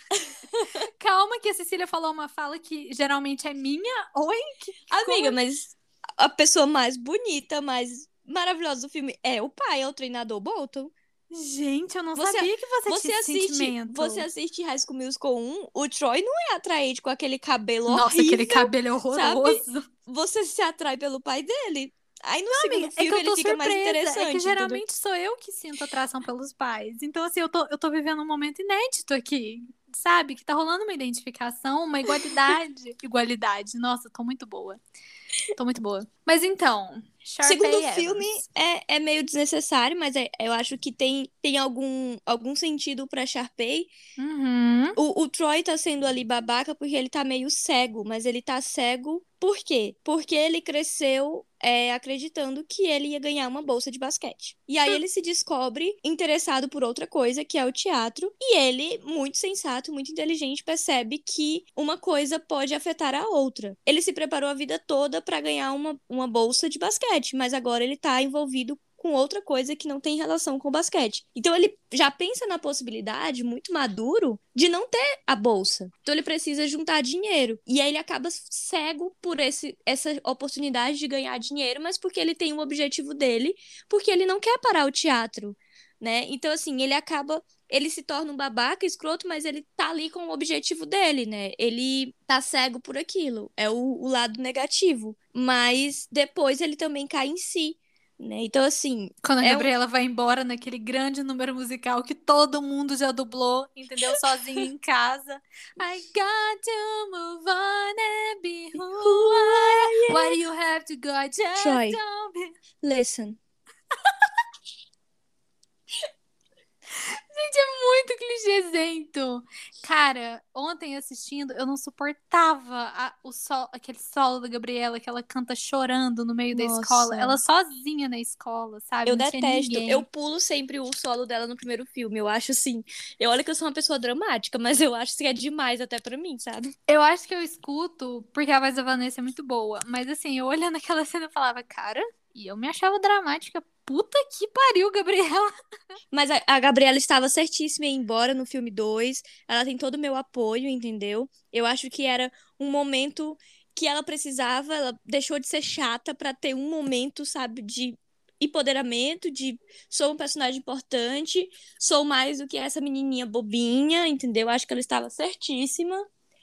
Speaker 2: Calma que a Cecília falou uma fala que geralmente é minha. Oi?
Speaker 1: Amiga, mas a pessoa mais bonita, mais maravilhosa do filme é o pai, é o treinador Bolton.
Speaker 2: Gente, eu não
Speaker 1: Você,
Speaker 2: sabia que você
Speaker 1: você
Speaker 2: tinha esse
Speaker 1: você
Speaker 2: sentimento.
Speaker 1: assiste High School Musical 1, o Troy não é atraente com aquele cabelo
Speaker 2: Nossa, aquele
Speaker 1: horrível,
Speaker 2: cabelo é
Speaker 1: sabe?
Speaker 2: horroroso.
Speaker 1: Você se atrai pelo pai dele. Aí no
Speaker 2: Não,
Speaker 1: segundo
Speaker 2: amiga, é que
Speaker 1: filme
Speaker 2: eu
Speaker 1: ele
Speaker 2: tô
Speaker 1: fica mais
Speaker 2: surpresa. É que
Speaker 1: interessante, entendeu?
Speaker 2: geralmente sou eu que sinto atração pelos pais. Então, assim, eu tô vivendo um momento inédito aqui. Sabe? Que tá rolando uma identificação, uma igualdade. Igualdade. Nossa, tô muito boa. Tô muito boa. Mas então,
Speaker 1: O segundo
Speaker 2: Sharpay
Speaker 1: filme
Speaker 2: Evans.
Speaker 1: é meio desnecessário, mas eu acho que tem algum sentido pra Sharpay.
Speaker 2: Uhum.
Speaker 1: O Troy tá sendo ali babaca porque ele tá meio cego, mas ele tá cego por quê? Porque ele cresceu acreditando que ele ia ganhar uma bolsa de basquete. E aí ele se descobre interessado por outra coisa, que é o teatro, e ele, muito sensato, muito inteligente, percebe que uma coisa pode afetar a outra. Ele se preparou a vida toda para ganhar uma bolsa de basquete, mas agora ele tá envolvido com outra coisa que não tem relação com o basquete. Então ele já pensa na possibilidade, muito maduro, de não ter a bolsa. Então ele precisa juntar dinheiro. E aí ele acaba cego por essa oportunidade de ganhar dinheiro, mas porque ele tem um objetivo dele, porque ele não quer parar o teatro, né? Então assim, ele se torna um babaca, escroto, mas ele tá ali com o objetivo dele, né? Ele tá cego por aquilo. É o lado negativo. Mas depois ele também cai em si, né? Então, assim,
Speaker 2: Quando a
Speaker 1: é um.
Speaker 2: Gabriela vai embora naquele grande número musical que todo mundo já dublou, entendeu? Sozinha em casa. I got to move on and be who
Speaker 1: Who
Speaker 2: I am.
Speaker 1: I
Speaker 2: Why
Speaker 1: am.
Speaker 2: do you have to go? I just
Speaker 1: Troy,
Speaker 2: don't be...
Speaker 1: listen.
Speaker 2: Gente, é muito clichêzento. Cara, ontem assistindo, eu não suportava aquele solo da Gabriela que ela canta chorando no meio da escola.
Speaker 1: Nossa,
Speaker 2: Ela sozinha na escola, sabe?
Speaker 1: eu
Speaker 2: Não tinha
Speaker 1: detesto. Eu
Speaker 2: ninguém.
Speaker 1: pulo sempre o solo dela no primeiro filme. Eu acho assim. Eu olho que eu sou uma pessoa dramática, mas eu acho que é demais até pra mim, sabe?
Speaker 2: Eu acho que eu escuto porque a voz da Vanessa é muito boa. Mas assim, eu olhando aquela cena, eu falava, cara, e eu me achava dramática. Puta que pariu, Gabriela.
Speaker 1: Mas a Gabriela estava certíssima em ir embora no filme 2. Ela tem todo o meu apoio, entendeu? Eu acho que era um momento que ela precisava, ela deixou de ser chata pra ter um momento, sabe, de empoderamento, de sou um personagem importante, sou mais do que essa menininha bobinha, entendeu? Acho que ela estava certíssima.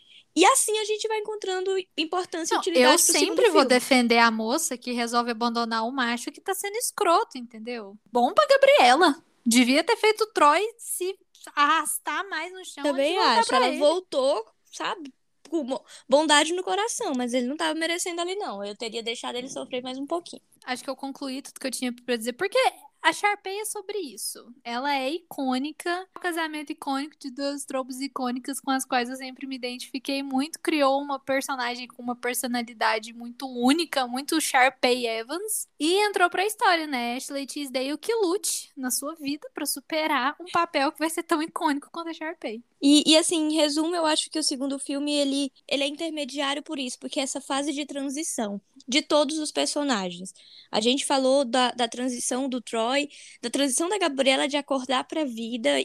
Speaker 1: E assim a gente vai encontrando importância e
Speaker 2: Não, eu
Speaker 1: utilidade pro segundo
Speaker 2: sempre vou
Speaker 1: filme.
Speaker 2: defender a moça que resolve abandonar o macho que tá sendo escroto, entendeu? Bom pra Gabriela. Devia ter feito o Troy se arrastar mais no chão antes de
Speaker 1: Também
Speaker 2: voltar
Speaker 1: acho.
Speaker 2: pra
Speaker 1: Ela
Speaker 2: ele.
Speaker 1: voltou, sabe? Com bondade no coração, mas ele não tava merecendo ali, não. Eu teria deixado ele sofrer mais um pouquinho.
Speaker 2: Acho que eu concluí tudo que eu tinha pra dizer, porque a Sharpay é sobre isso. Ela é icônica, um casamento icônico de duas trobos icônicas com as quais eu sempre me identifiquei muito. Criou uma personagem com uma personalidade muito única, muito Sharpay Evans, e entrou pra história, né? Ashley Tisdale que lute na sua vida pra superar um papel que vai ser tão icônico quanto a Sharpay.
Speaker 1: E assim, em resumo, eu acho que o segundo filme, ele é intermediário por isso, porque é essa fase de transição de todos os personagens. A gente falou da transição do Troy, da transição da Gabriela de acordar pra vida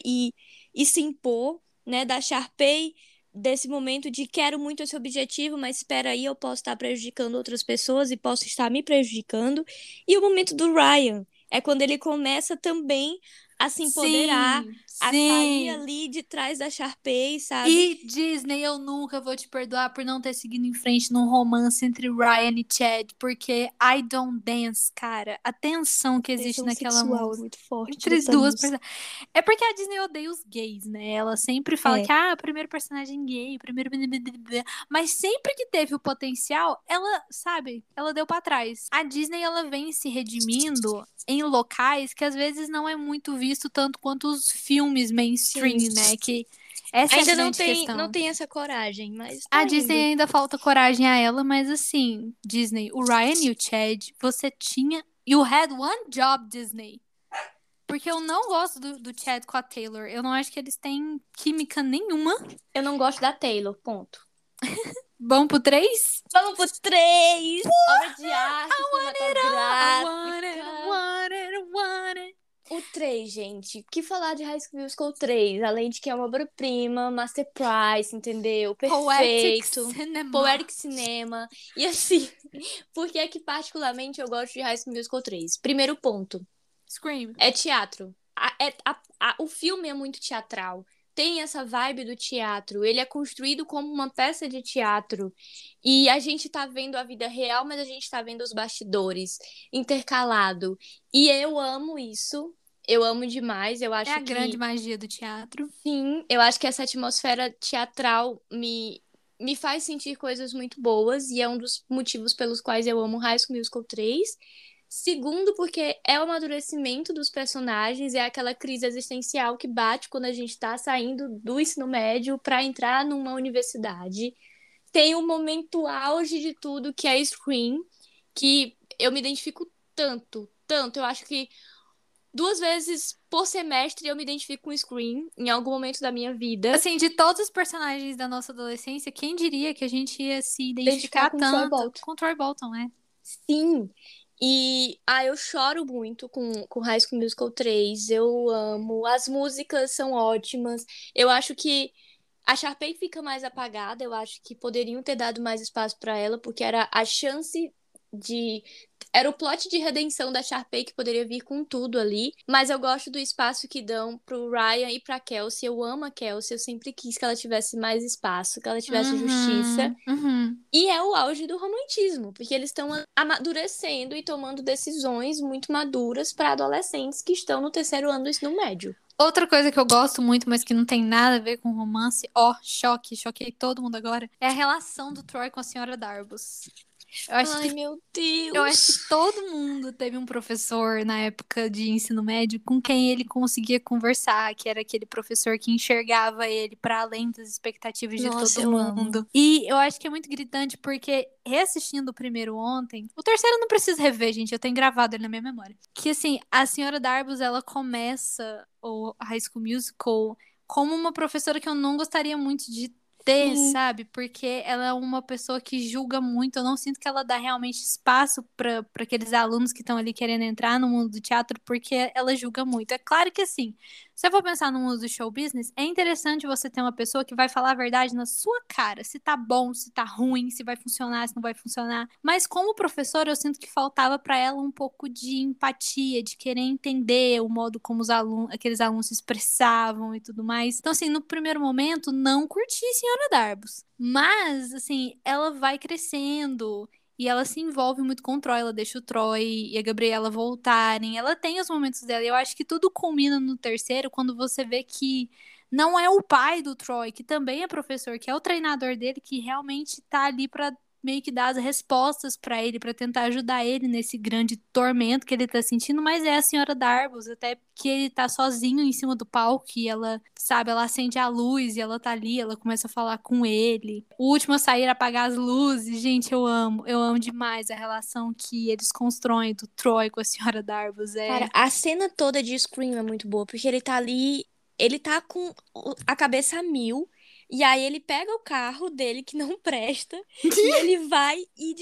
Speaker 1: e se impor, né? Da Sharpay, desse momento de quero muito esse objetivo, mas espera aí, eu posso estar prejudicando outras pessoas e posso estar me prejudicando. E o momento do Ryan. É quando ele começa também a se empoderar,
Speaker 2: Sim,
Speaker 1: a sair
Speaker 2: sim.
Speaker 1: ali de trás da Sharpay, sabe?
Speaker 2: E Disney, eu nunca vou te perdoar por não ter seguido em frente num romance entre Ryan e Chad, porque I Don't Dance, cara, a tensão que existe
Speaker 1: Tensão
Speaker 2: naquela
Speaker 1: sexual é
Speaker 2: música
Speaker 1: muito forte
Speaker 2: entre
Speaker 1: dessa
Speaker 2: duas
Speaker 1: música.
Speaker 2: personagens. É porque a Disney odeia os gays, né? Ela sempre fala que,
Speaker 1: É.
Speaker 2: o primeiro personagem gay, o primeiro. Mas sempre que teve o potencial, ela, sabe, ela deu pra trás. A Disney, ela vem se redimindo em locais que às vezes não é muito visto tanto quanto os filmes
Speaker 1: Sim.
Speaker 2: mainstream, né? Que essa é a
Speaker 1: Ainda não
Speaker 2: grande
Speaker 1: tem, não
Speaker 2: questão.
Speaker 1: tem essa coragem, mas
Speaker 2: A
Speaker 1: tá
Speaker 2: Disney
Speaker 1: indo.
Speaker 2: ainda falta coragem a ela, mas assim, Disney, o Ryan e o Chad, você tinha. You had one job, Disney. Porque eu não gosto do Chad com a Taylor. Eu não acho que eles têm química nenhuma.
Speaker 1: Eu não gosto da Taylor, ponto.
Speaker 2: Vamos pro 3?
Speaker 1: Vamos pro 3! Obra de arte
Speaker 2: I want it, I
Speaker 1: cinematográfica.
Speaker 2: want it, I want it.
Speaker 1: O 3, gente. O que falar de High School Musical 3? Além de que é uma obra-prima, masterpiece, entendeu?
Speaker 2: Poetic
Speaker 1: Perfeito.
Speaker 2: cinema.
Speaker 1: Poetic cinema. E assim, por que é que particularmente eu gosto de High School Musical 3? Primeiro ponto,
Speaker 2: Scream.
Speaker 1: é teatro. O filme é muito teatral. Tem essa vibe do teatro. Ele é construído como uma peça de teatro. E a gente tá vendo a vida real, mas a gente tá vendo os bastidores intercalado. E eu amo isso. Eu amo demais. Eu
Speaker 2: É a
Speaker 1: acho
Speaker 2: grande
Speaker 1: que,
Speaker 2: magia do teatro.
Speaker 1: sim, eu acho que essa atmosfera teatral me faz sentir coisas muito boas. E é um dos motivos pelos quais eu amo High School Musical 3. Segundo, porque é o amadurecimento dos personagens, é aquela crise existencial que bate quando a gente tá saindo do ensino médio para entrar numa universidade. Tem o momento auge de tudo, que é Scream, que eu me identifico tanto, tanto. Eu acho que 2 vezes por semestre eu me identifico com Scream, em algum momento da minha vida.
Speaker 2: Assim, de todos os personagens da nossa adolescência, quem diria que a gente ia se
Speaker 1: Identificar
Speaker 2: identificar
Speaker 1: com Troy
Speaker 2: tanto
Speaker 1: Bolton.
Speaker 2: com Troy Bolton, né?
Speaker 1: Sim. E eu choro muito com High School Musical 3. Eu amo. As músicas são ótimas. Eu acho que a Sharpay fica mais apagada. Eu acho que poderiam ter dado mais espaço para ela, porque era a chance de. Era o plot de redenção da Sharpay que poderia vir com tudo ali. Mas eu gosto do espaço que dão pro Ryan e pra Kelsey. Eu amo a Kelsey. Eu sempre quis que ela tivesse mais espaço, que ela tivesse justiça.
Speaker 2: Uhum.
Speaker 1: E é o auge do romantismo, porque eles estão amadurecendo e tomando decisões muito maduras para adolescentes que estão no terceiro ano do ensino médio.
Speaker 2: Outra coisa que eu gosto muito, mas que não tem nada a ver com romance, choquei todo mundo agora, é a relação do Troy com a senhora Darbus. Eu acho
Speaker 1: Ai,
Speaker 2: que
Speaker 1: meu
Speaker 2: Eu acho que
Speaker 1: Deus!
Speaker 2: todo mundo teve um professor na época de ensino médio com quem ele conseguia conversar, que era aquele professor que enxergava ele para além das expectativas de
Speaker 1: Nossa,
Speaker 2: todo
Speaker 1: eu amo.
Speaker 2: mundo. E eu acho que é muito gritante porque reassistindo o primeiro ontem, o terceiro eu não preciso rever, gente, eu tenho gravado ele na minha memória. Que assim, a senhora Darbus, ela começa o High School Musical como uma professora que eu não gostaria muito de ter,
Speaker 1: Sim.
Speaker 2: sabe? Porque ela é uma pessoa que julga muito. Eu não sinto que ela dá realmente espaço para aqueles alunos que estão ali querendo entrar no mundo do teatro, porque ela julga muito. É claro que assim, se eu for pensar no mundo do show business, é interessante você ter uma pessoa que vai falar a verdade na sua cara, se tá bom, se tá ruim, se vai funcionar, se não vai funcionar. Mas como professora, eu sinto que faltava para ela um pouco de empatia, de querer entender o modo como os alunos, aqueles alunos se expressavam e tudo mais. Então assim, no primeiro momento, não curti Senhora Darbus. Mas, assim, ela vai crescendo e ela se envolve muito com o Troy. Ela deixa o Troy e a Gabriela voltarem. Ela tem os momentos dela. E eu acho que tudo culmina no terceiro quando você vê que não é o pai do Troy, que também é professor, que é o treinador dele, que realmente tá ali pra meio que dar as respostas pra ele, pra tentar ajudar ele nesse grande tormento que ele tá sentindo, mas é a senhora Darbus, até que ele tá sozinho em cima do palco e ela, sabe, ela acende a luz e ela tá ali, ela começa a falar com ele. O último a sair a apagar as luzes, gente, eu amo demais a relação que eles constroem do Troy com a senhora Darbus,
Speaker 1: Cara, a cena toda de Scream é muito boa, porque ele tá ali, ele tá com a cabeça a mil, e aí ele pega o carro dele que não presta, e ele vai ir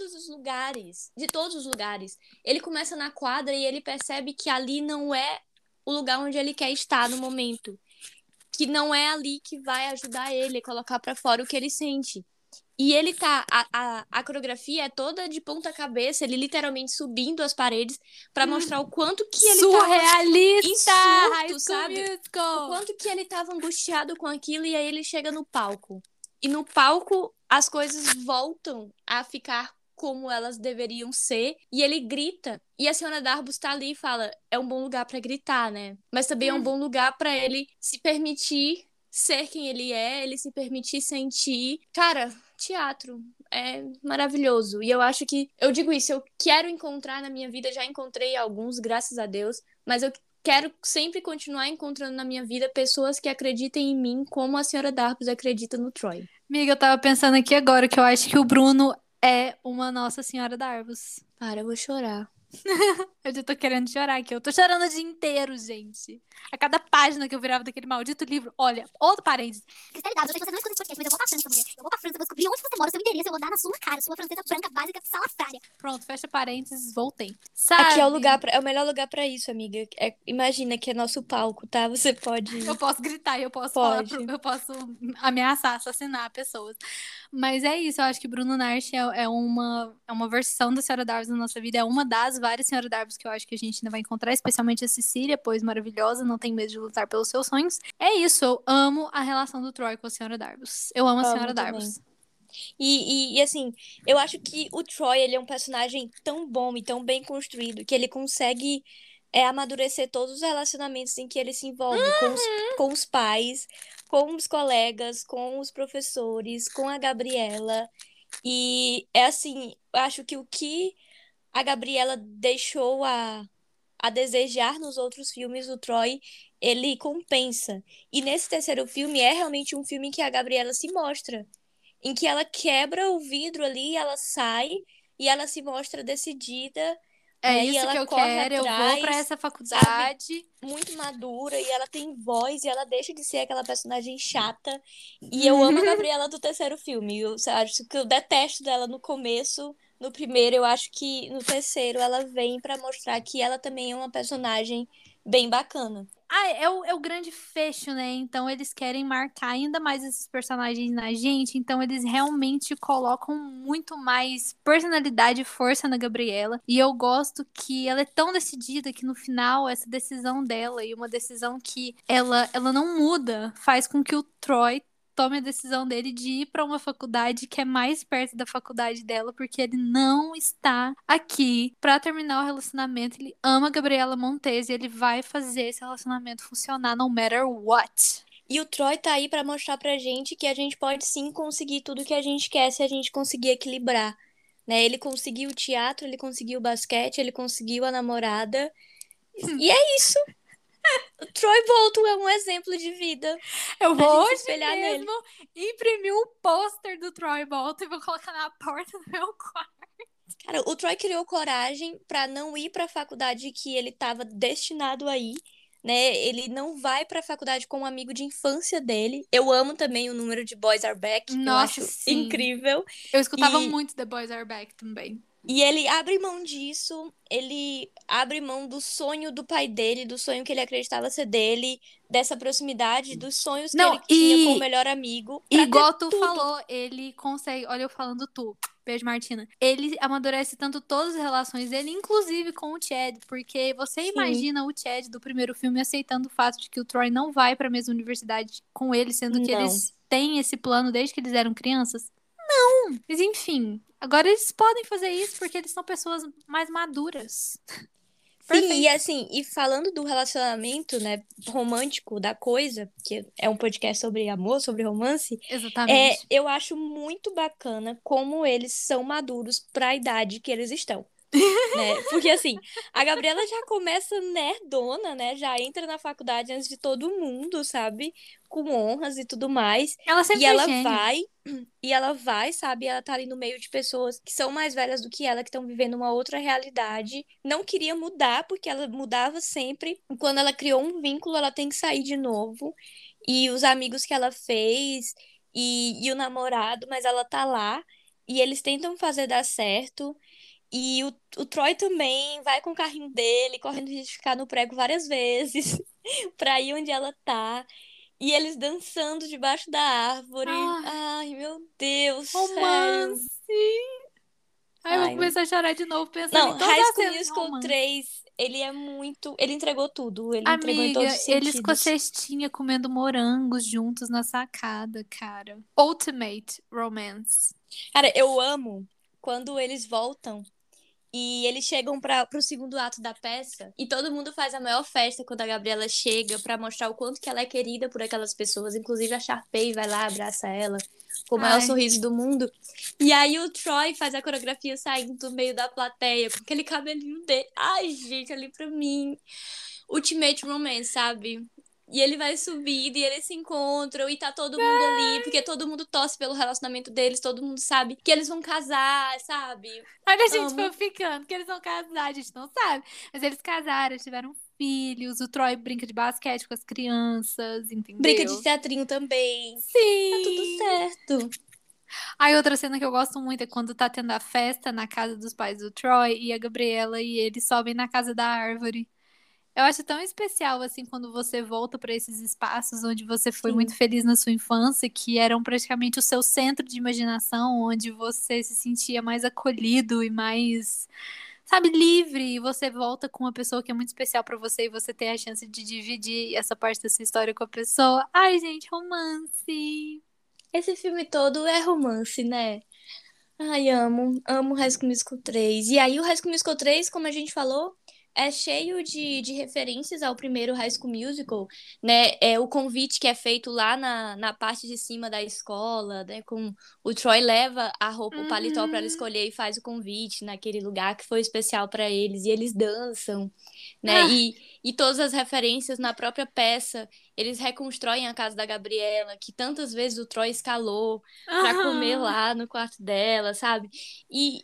Speaker 1: de todos os lugares. Ele começa na quadra e ele percebe que ali não é o lugar onde ele quer estar no momento, que não é ali que vai ajudar ele a colocar pra fora o que ele sente. E ele tá. A coreografia é toda de ponta cabeça, ele literalmente subindo as paredes pra mostrar o quanto que ele tava
Speaker 2: surrealista! School
Speaker 1: sabe? O
Speaker 2: Musical!
Speaker 1: quanto que ele tava angustiado com aquilo e aí ele chega no palco. E no palco as coisas voltam a ficar como elas deveriam ser e ele grita. E a senhora Darbus tá ali e fala: é um bom lugar pra gritar, né? Mas também é um bom lugar pra ele se permitir ser quem ele é, ele se permitir sentir. Cara, teatro é maravilhoso. E eu acho que, eu digo isso, eu quero encontrar na minha vida, já encontrei alguns, graças a Deus, mas eu quero sempre continuar encontrando na minha vida pessoas que acreditem em mim como a senhora Darbus acredita no Troy.
Speaker 2: Amiga, eu tava pensando aqui agora que eu acho que o Bruno é uma Nossa Senhora Darvus.
Speaker 1: Para, eu vou chorar.
Speaker 2: Eu já tô querendo chorar aqui. Eu tô chorando o dia inteiro, gente. A cada página que eu virava daquele maldito livro. Olha, outro parênteses.
Speaker 3: Cristalidade, eu sei que você não escuta esse podcast, mas eu vou pra França, mulher. Eu vou pra França, eu vou descobrir onde você mora, seu endereço, eu vou dar na sua cara, sua francesa branca básica salafrária.
Speaker 2: Pronto, fecha parênteses, voltei.
Speaker 1: Aqui é o
Speaker 2: Sabe?
Speaker 1: lugar é o melhor lugar pra isso, amiga. Imagina que é nosso palco, tá? Você pode.
Speaker 2: Eu posso gritar, eu posso
Speaker 1: Pode.
Speaker 2: eu posso ameaçar, assassinar pessoas. Mas é isso, eu acho que Bruno Narchi é uma versão da Senhora Darvus na nossa vida. É uma das várias Senhora Darvus que eu acho que a gente ainda vai encontrar, especialmente a Cecília, pois maravilhosa, não tem medo de lutar pelos seus sonhos. É isso, eu amo a relação do Troy com a Senhora Darvus. Eu amo a Senhora Darvus.
Speaker 1: E assim, eu acho que o Troy, ele é um personagem tão bom e tão bem construído que ele consegue amadurecer todos os relacionamentos em que ele se envolve com os pais, com os colegas, com os professores, com a Gabriela. E é assim, eu acho que o que a Gabriela deixou a desejar nos outros filmes, o Troy, ele compensa. E nesse terceiro filme é realmente um filme em que a Gabriela se mostra, em que ela quebra o vidro ali, ela sai e ela se mostra decidida,
Speaker 2: É
Speaker 1: né? E
Speaker 2: isso
Speaker 1: ela
Speaker 2: que eu
Speaker 1: corre
Speaker 2: quero, eu vou pra
Speaker 1: atrás,
Speaker 2: essa
Speaker 1: sabe?
Speaker 2: faculdade.
Speaker 1: Muito madura e ela tem voz e ela deixa de ser aquela personagem chata. E eu amo a Gabriela do terceiro filme. Eu acho que eu detesto dela no começo, no primeiro, eu acho que no terceiro ela vem pra mostrar que ela também é uma personagem bem bacana.
Speaker 2: Ah, é o grande fecho, né? Então eles querem marcar ainda mais esses personagens na gente. Então eles realmente colocam muito mais personalidade e força na Gabriela. E eu gosto que ela é tão decidida que no final, essa decisão dela, e uma decisão que ela não muda, faz com que o Troy tome a decisão dele de ir para uma faculdade que é mais perto da faculdade dela, porque ele não está aqui para terminar o relacionamento. Ele ama a Gabriela Montese e ele vai fazer esse relacionamento funcionar no matter what.
Speaker 1: E o Troy tá aí pra mostrar pra gente que a gente pode sim conseguir tudo que a gente quer se a gente conseguir equilibrar, né? Ele conseguiu o teatro, ele conseguiu o basquete, ele conseguiu a namorada. E é isso. O Troy Bolton é um exemplo de vida.
Speaker 2: Eu
Speaker 1: Pra
Speaker 2: vou
Speaker 1: gente se
Speaker 2: hoje
Speaker 1: espelhar nele.
Speaker 2: mesmo imprimir um pôster do Troy Bolton e vou colocar na porta do meu quarto.
Speaker 1: Cara, o Troy criou coragem pra não ir pra faculdade que ele tava destinado a ir, né? Ele não vai pra faculdade com um amigo de infância dele. Eu amo também o número de Boys Are Back, eu
Speaker 2: Nossa,
Speaker 1: acho
Speaker 2: sim.
Speaker 1: incrível.
Speaker 2: Eu escutava
Speaker 1: E
Speaker 2: muito The Boys Are Back também.
Speaker 1: E ele abre mão disso, ele abre mão do sonho do pai dele, do sonho que ele acreditava ser dele, dessa proximidade, dos sonhos que
Speaker 2: Não,
Speaker 1: ele tinha com o melhor amigo, pra ter
Speaker 2: igual tu
Speaker 1: tudo.
Speaker 2: falou, ele consegue. Olha, eu falando tu. Beijo, Martina. Ele amadurece tanto todas as relações dele, inclusive com o Chad, porque você
Speaker 1: Sim,
Speaker 2: imagina o Chad do primeiro filme aceitando o fato de que o Troy não vai pra mesma universidade com ele, sendo que
Speaker 1: não.
Speaker 2: eles têm esse plano desde que eles eram crianças? Mas enfim, agora eles podem fazer isso porque eles são pessoas mais maduras.
Speaker 1: Sim, e
Speaker 2: Perfeito.
Speaker 1: assim, e falando do relacionamento, né, romântico da coisa, que é um podcast sobre amor, sobre romance,
Speaker 2: Exatamente.
Speaker 1: eu acho muito bacana como eles são maduros pra idade que eles estão. Né? Porque assim, a Gabriela já começa nerdona, né? Já entra na faculdade antes de todo mundo, sabe? Com honras e tudo mais.
Speaker 2: Ela sempre
Speaker 1: E
Speaker 2: foi
Speaker 1: ela
Speaker 2: gênio.
Speaker 1: vai, sabe? Ela tá ali no meio de pessoas que são mais velhas do que ela, que estão vivendo uma outra realidade. Não queria mudar, porque ela mudava sempre. E quando ela criou um vínculo, ela tem que sair de novo. E os amigos que ela fez, e o namorado, mas ela tá lá. E eles tentam fazer dar certo. E o Troy também vai com o carrinho dele, correndo risco de ficar no prego várias vezes, pra ir onde ela tá. E eles dançando debaixo da árvore.
Speaker 2: Ai,
Speaker 1: Ai, meu Deus, sério.
Speaker 2: romance. Ai, eu vou
Speaker 1: Ai,
Speaker 2: começar a chorar de novo pensando em
Speaker 1: não,
Speaker 2: todas
Speaker 1: High
Speaker 2: as
Speaker 1: School
Speaker 2: cenas de
Speaker 1: Musical
Speaker 2: romance.
Speaker 1: 3 Ele é muito. Ele entregou tudo. Ele entregou em todos
Speaker 2: Amiga,
Speaker 1: os
Speaker 2: eles com a
Speaker 1: sentidos.
Speaker 2: cestinha comendo morangos juntos na sacada, cara. Ultimate romance.
Speaker 1: Cara, eu amo quando eles voltam e eles chegam pro segundo ato da peça e todo mundo faz a maior festa quando a Gabriela chega pra mostrar o quanto que ela é querida por aquelas pessoas. Inclusive a Sharpay vai lá, abraça ela com o maior
Speaker 2: Ai,
Speaker 1: sorriso do mundo. E aí o Troy faz a coreografia saindo do meio da plateia com aquele cabelinho dele. Ai, gente, ali pra mim. Ultimate Romance, sabe? E ele vai subindo e eles se encontram e tá todo mundo ali, porque todo mundo torce pelo relacionamento deles, todo mundo sabe que eles vão casar, sabe?
Speaker 2: olha a gente
Speaker 1: Amo.
Speaker 2: fanficando, que eles vão casar, a gente não sabe. Mas eles casaram, tiveram filhos, o Troy brinca de basquete com as crianças,
Speaker 1: Brinca de
Speaker 2: entendeu?
Speaker 1: teatrinho também. Tá tudo
Speaker 2: Sim!
Speaker 1: certo.
Speaker 2: Aí outra cena que eu gosto muito é quando tá tendo a festa na casa dos pais do Troy e a Gabriela e eles sobem na casa da árvore. Eu acho tão especial assim quando você volta para esses espaços onde você foi muito
Speaker 1: Sim.
Speaker 2: feliz na sua infância, que eram praticamente o seu centro de imaginação, onde você se sentia mais acolhido e mais, sabe, livre, e você volta com uma pessoa que é muito especial para você e você tem a chance de dividir essa parte dessa história com a pessoa. Ai, gente, romance.
Speaker 1: Esse filme todo é romance, né? Ai, amo. Amo High School Musical 3. E aí, o High School Musical 3, como a gente falou, é cheio de referências ao primeiro High School Musical, né? É o convite que é feito lá na parte de cima da escola, né? Com o Troy leva a roupa, o paletó para ela
Speaker 2: Uhum.
Speaker 1: escolher e faz o convite naquele lugar que foi especial para eles. E eles dançam, né?
Speaker 2: Ah,
Speaker 1: E todas as referências na própria peça. Eles reconstroem a casa da Gabriela, que tantas vezes o Troy escalou pra comer
Speaker 2: aham.
Speaker 1: lá no quarto dela, sabe? E,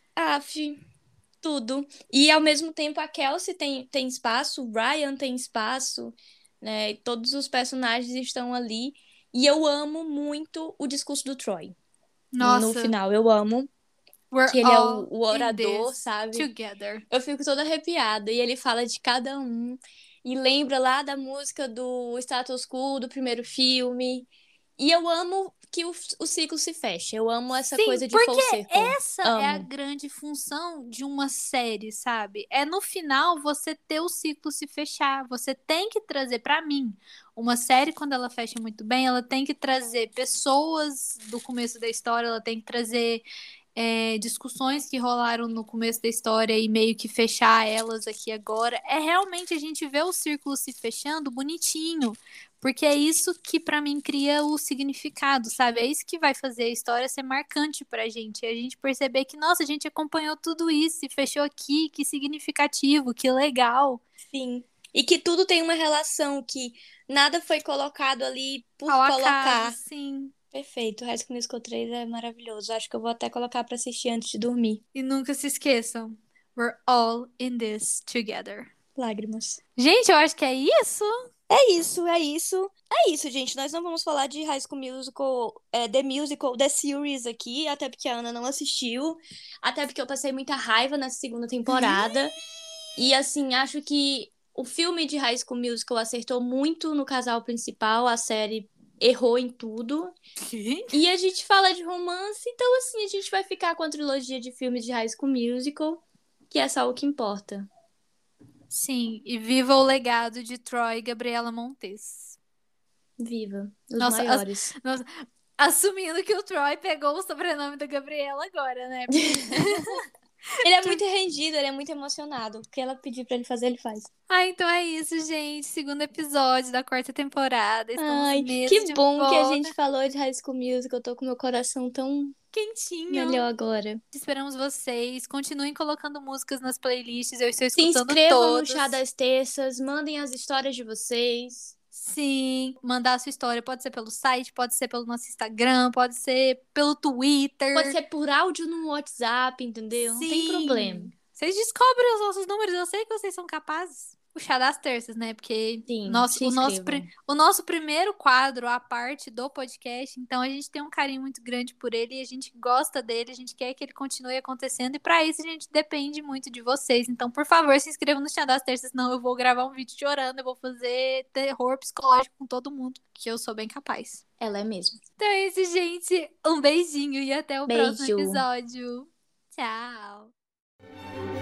Speaker 1: tudo. E ao mesmo tempo a Kelsey tem espaço, o Ryan tem espaço, né? E todos os personagens estão ali. E eu amo muito o discurso do Troy. No
Speaker 2: Nossa,
Speaker 1: final, eu amo
Speaker 2: we're
Speaker 1: que ele é
Speaker 2: all
Speaker 1: o
Speaker 2: in
Speaker 1: orador,
Speaker 2: this
Speaker 1: sabe?
Speaker 2: together.
Speaker 1: Eu fico toda arrepiada. E ele fala de cada um. E lembra lá da música do Status Quo, do primeiro filme. E eu amo que o ciclo se feche. Eu amo essa
Speaker 2: Sim,
Speaker 1: coisa de
Speaker 2: porque
Speaker 1: full circle.
Speaker 2: essa é a
Speaker 1: Amo.
Speaker 2: grande função de uma série, sabe? É no final você ter o ciclo se fechar. Você tem que trazer, pra mim, uma série, quando ela fecha muito bem, ela tem que trazer pessoas do começo da história, ela tem que trazer discussões que rolaram no começo da história e meio que fechar elas aqui agora. É realmente a gente ver o círculo se fechando bonitinho. Porque é isso que pra mim cria o significado, sabe? É isso que vai fazer a história ser marcante pra gente. É a gente perceber que, nossa, a gente acompanhou tudo isso e fechou aqui, que significativo, que legal.
Speaker 1: Sim. E que tudo tem uma relação, que nada foi colocado ali
Speaker 2: Ao
Speaker 1: por
Speaker 2: acaso,
Speaker 1: colocar.
Speaker 2: sim.
Speaker 1: Perfeito. O High School Musical 3 é maravilhoso. Acho que eu vou até colocar pra assistir antes de dormir.
Speaker 2: E nunca se esqueçam, we're all in this together.
Speaker 1: Lágrimas.
Speaker 2: Gente, eu acho que é isso.
Speaker 1: É isso, é isso. É isso, gente. Nós não vamos falar de High School Musical, The Musical, The Series aqui, até porque a Ana não assistiu. Até porque eu passei muita raiva nessa segunda temporada. E assim, acho que o filme de High School Musical acertou muito no casal principal, a série errou em tudo. E a gente fala de romance, então assim, a gente vai ficar com a trilogia de filmes de High School Musical, que é só o que importa.
Speaker 2: Sim, e viva o legado de Troy e Gabriela Montes.
Speaker 1: Viva, os
Speaker 2: Nossa,
Speaker 1: maiores.
Speaker 2: nossa, assumindo que o Troy pegou o sobrenome da Gabriela agora, né? Porque...
Speaker 1: Ele é muito rendido, ele é muito emocionado. O que ela pedir pra ele fazer, ele faz.
Speaker 2: Ah, então é isso, gente. Segundo episódio da quarta temporada. Estamos
Speaker 1: Ai,
Speaker 2: mesmo
Speaker 1: que
Speaker 2: de
Speaker 1: bom que a
Speaker 2: volta.
Speaker 1: gente falou de High School Musical. Eu tô com meu coração tão
Speaker 2: Quentinho.
Speaker 1: melhor agora.
Speaker 2: Esperamos vocês. Continuem colocando músicas nas playlists. Eu estou
Speaker 1: Se
Speaker 2: escutando
Speaker 1: inscrevam no Chá
Speaker 2: todas.
Speaker 1: das Terças, mandem as histórias de vocês.
Speaker 2: Sim, mandar a sua história. Pode ser pelo site, pode ser pelo nosso Instagram, pode ser pelo
Speaker 1: Pode
Speaker 2: Twitter.
Speaker 1: ser por áudio no WhatsApp, entendeu? Não tem problema.
Speaker 2: Sim. Vocês descobrem os nossos números, eu sei que vocês são capazes. O Chá das Terças, né? Porque
Speaker 1: Sim, se inscrevam.
Speaker 2: o nosso primeiro quadro, a parte do podcast, então a gente tem um carinho muito grande por ele e a gente gosta dele, a gente quer que ele continue acontecendo e para isso a gente depende muito de vocês. Então, por favor, se inscrevam no Chá das Terças, senão eu vou gravar um vídeo chorando, eu vou fazer terror psicológico com todo mundo, que eu sou bem capaz.
Speaker 1: Ela é mesmo.
Speaker 2: Então é isso, gente. Um beijinho e até o próximo
Speaker 1: Beijo.
Speaker 2: episódio. Tchau.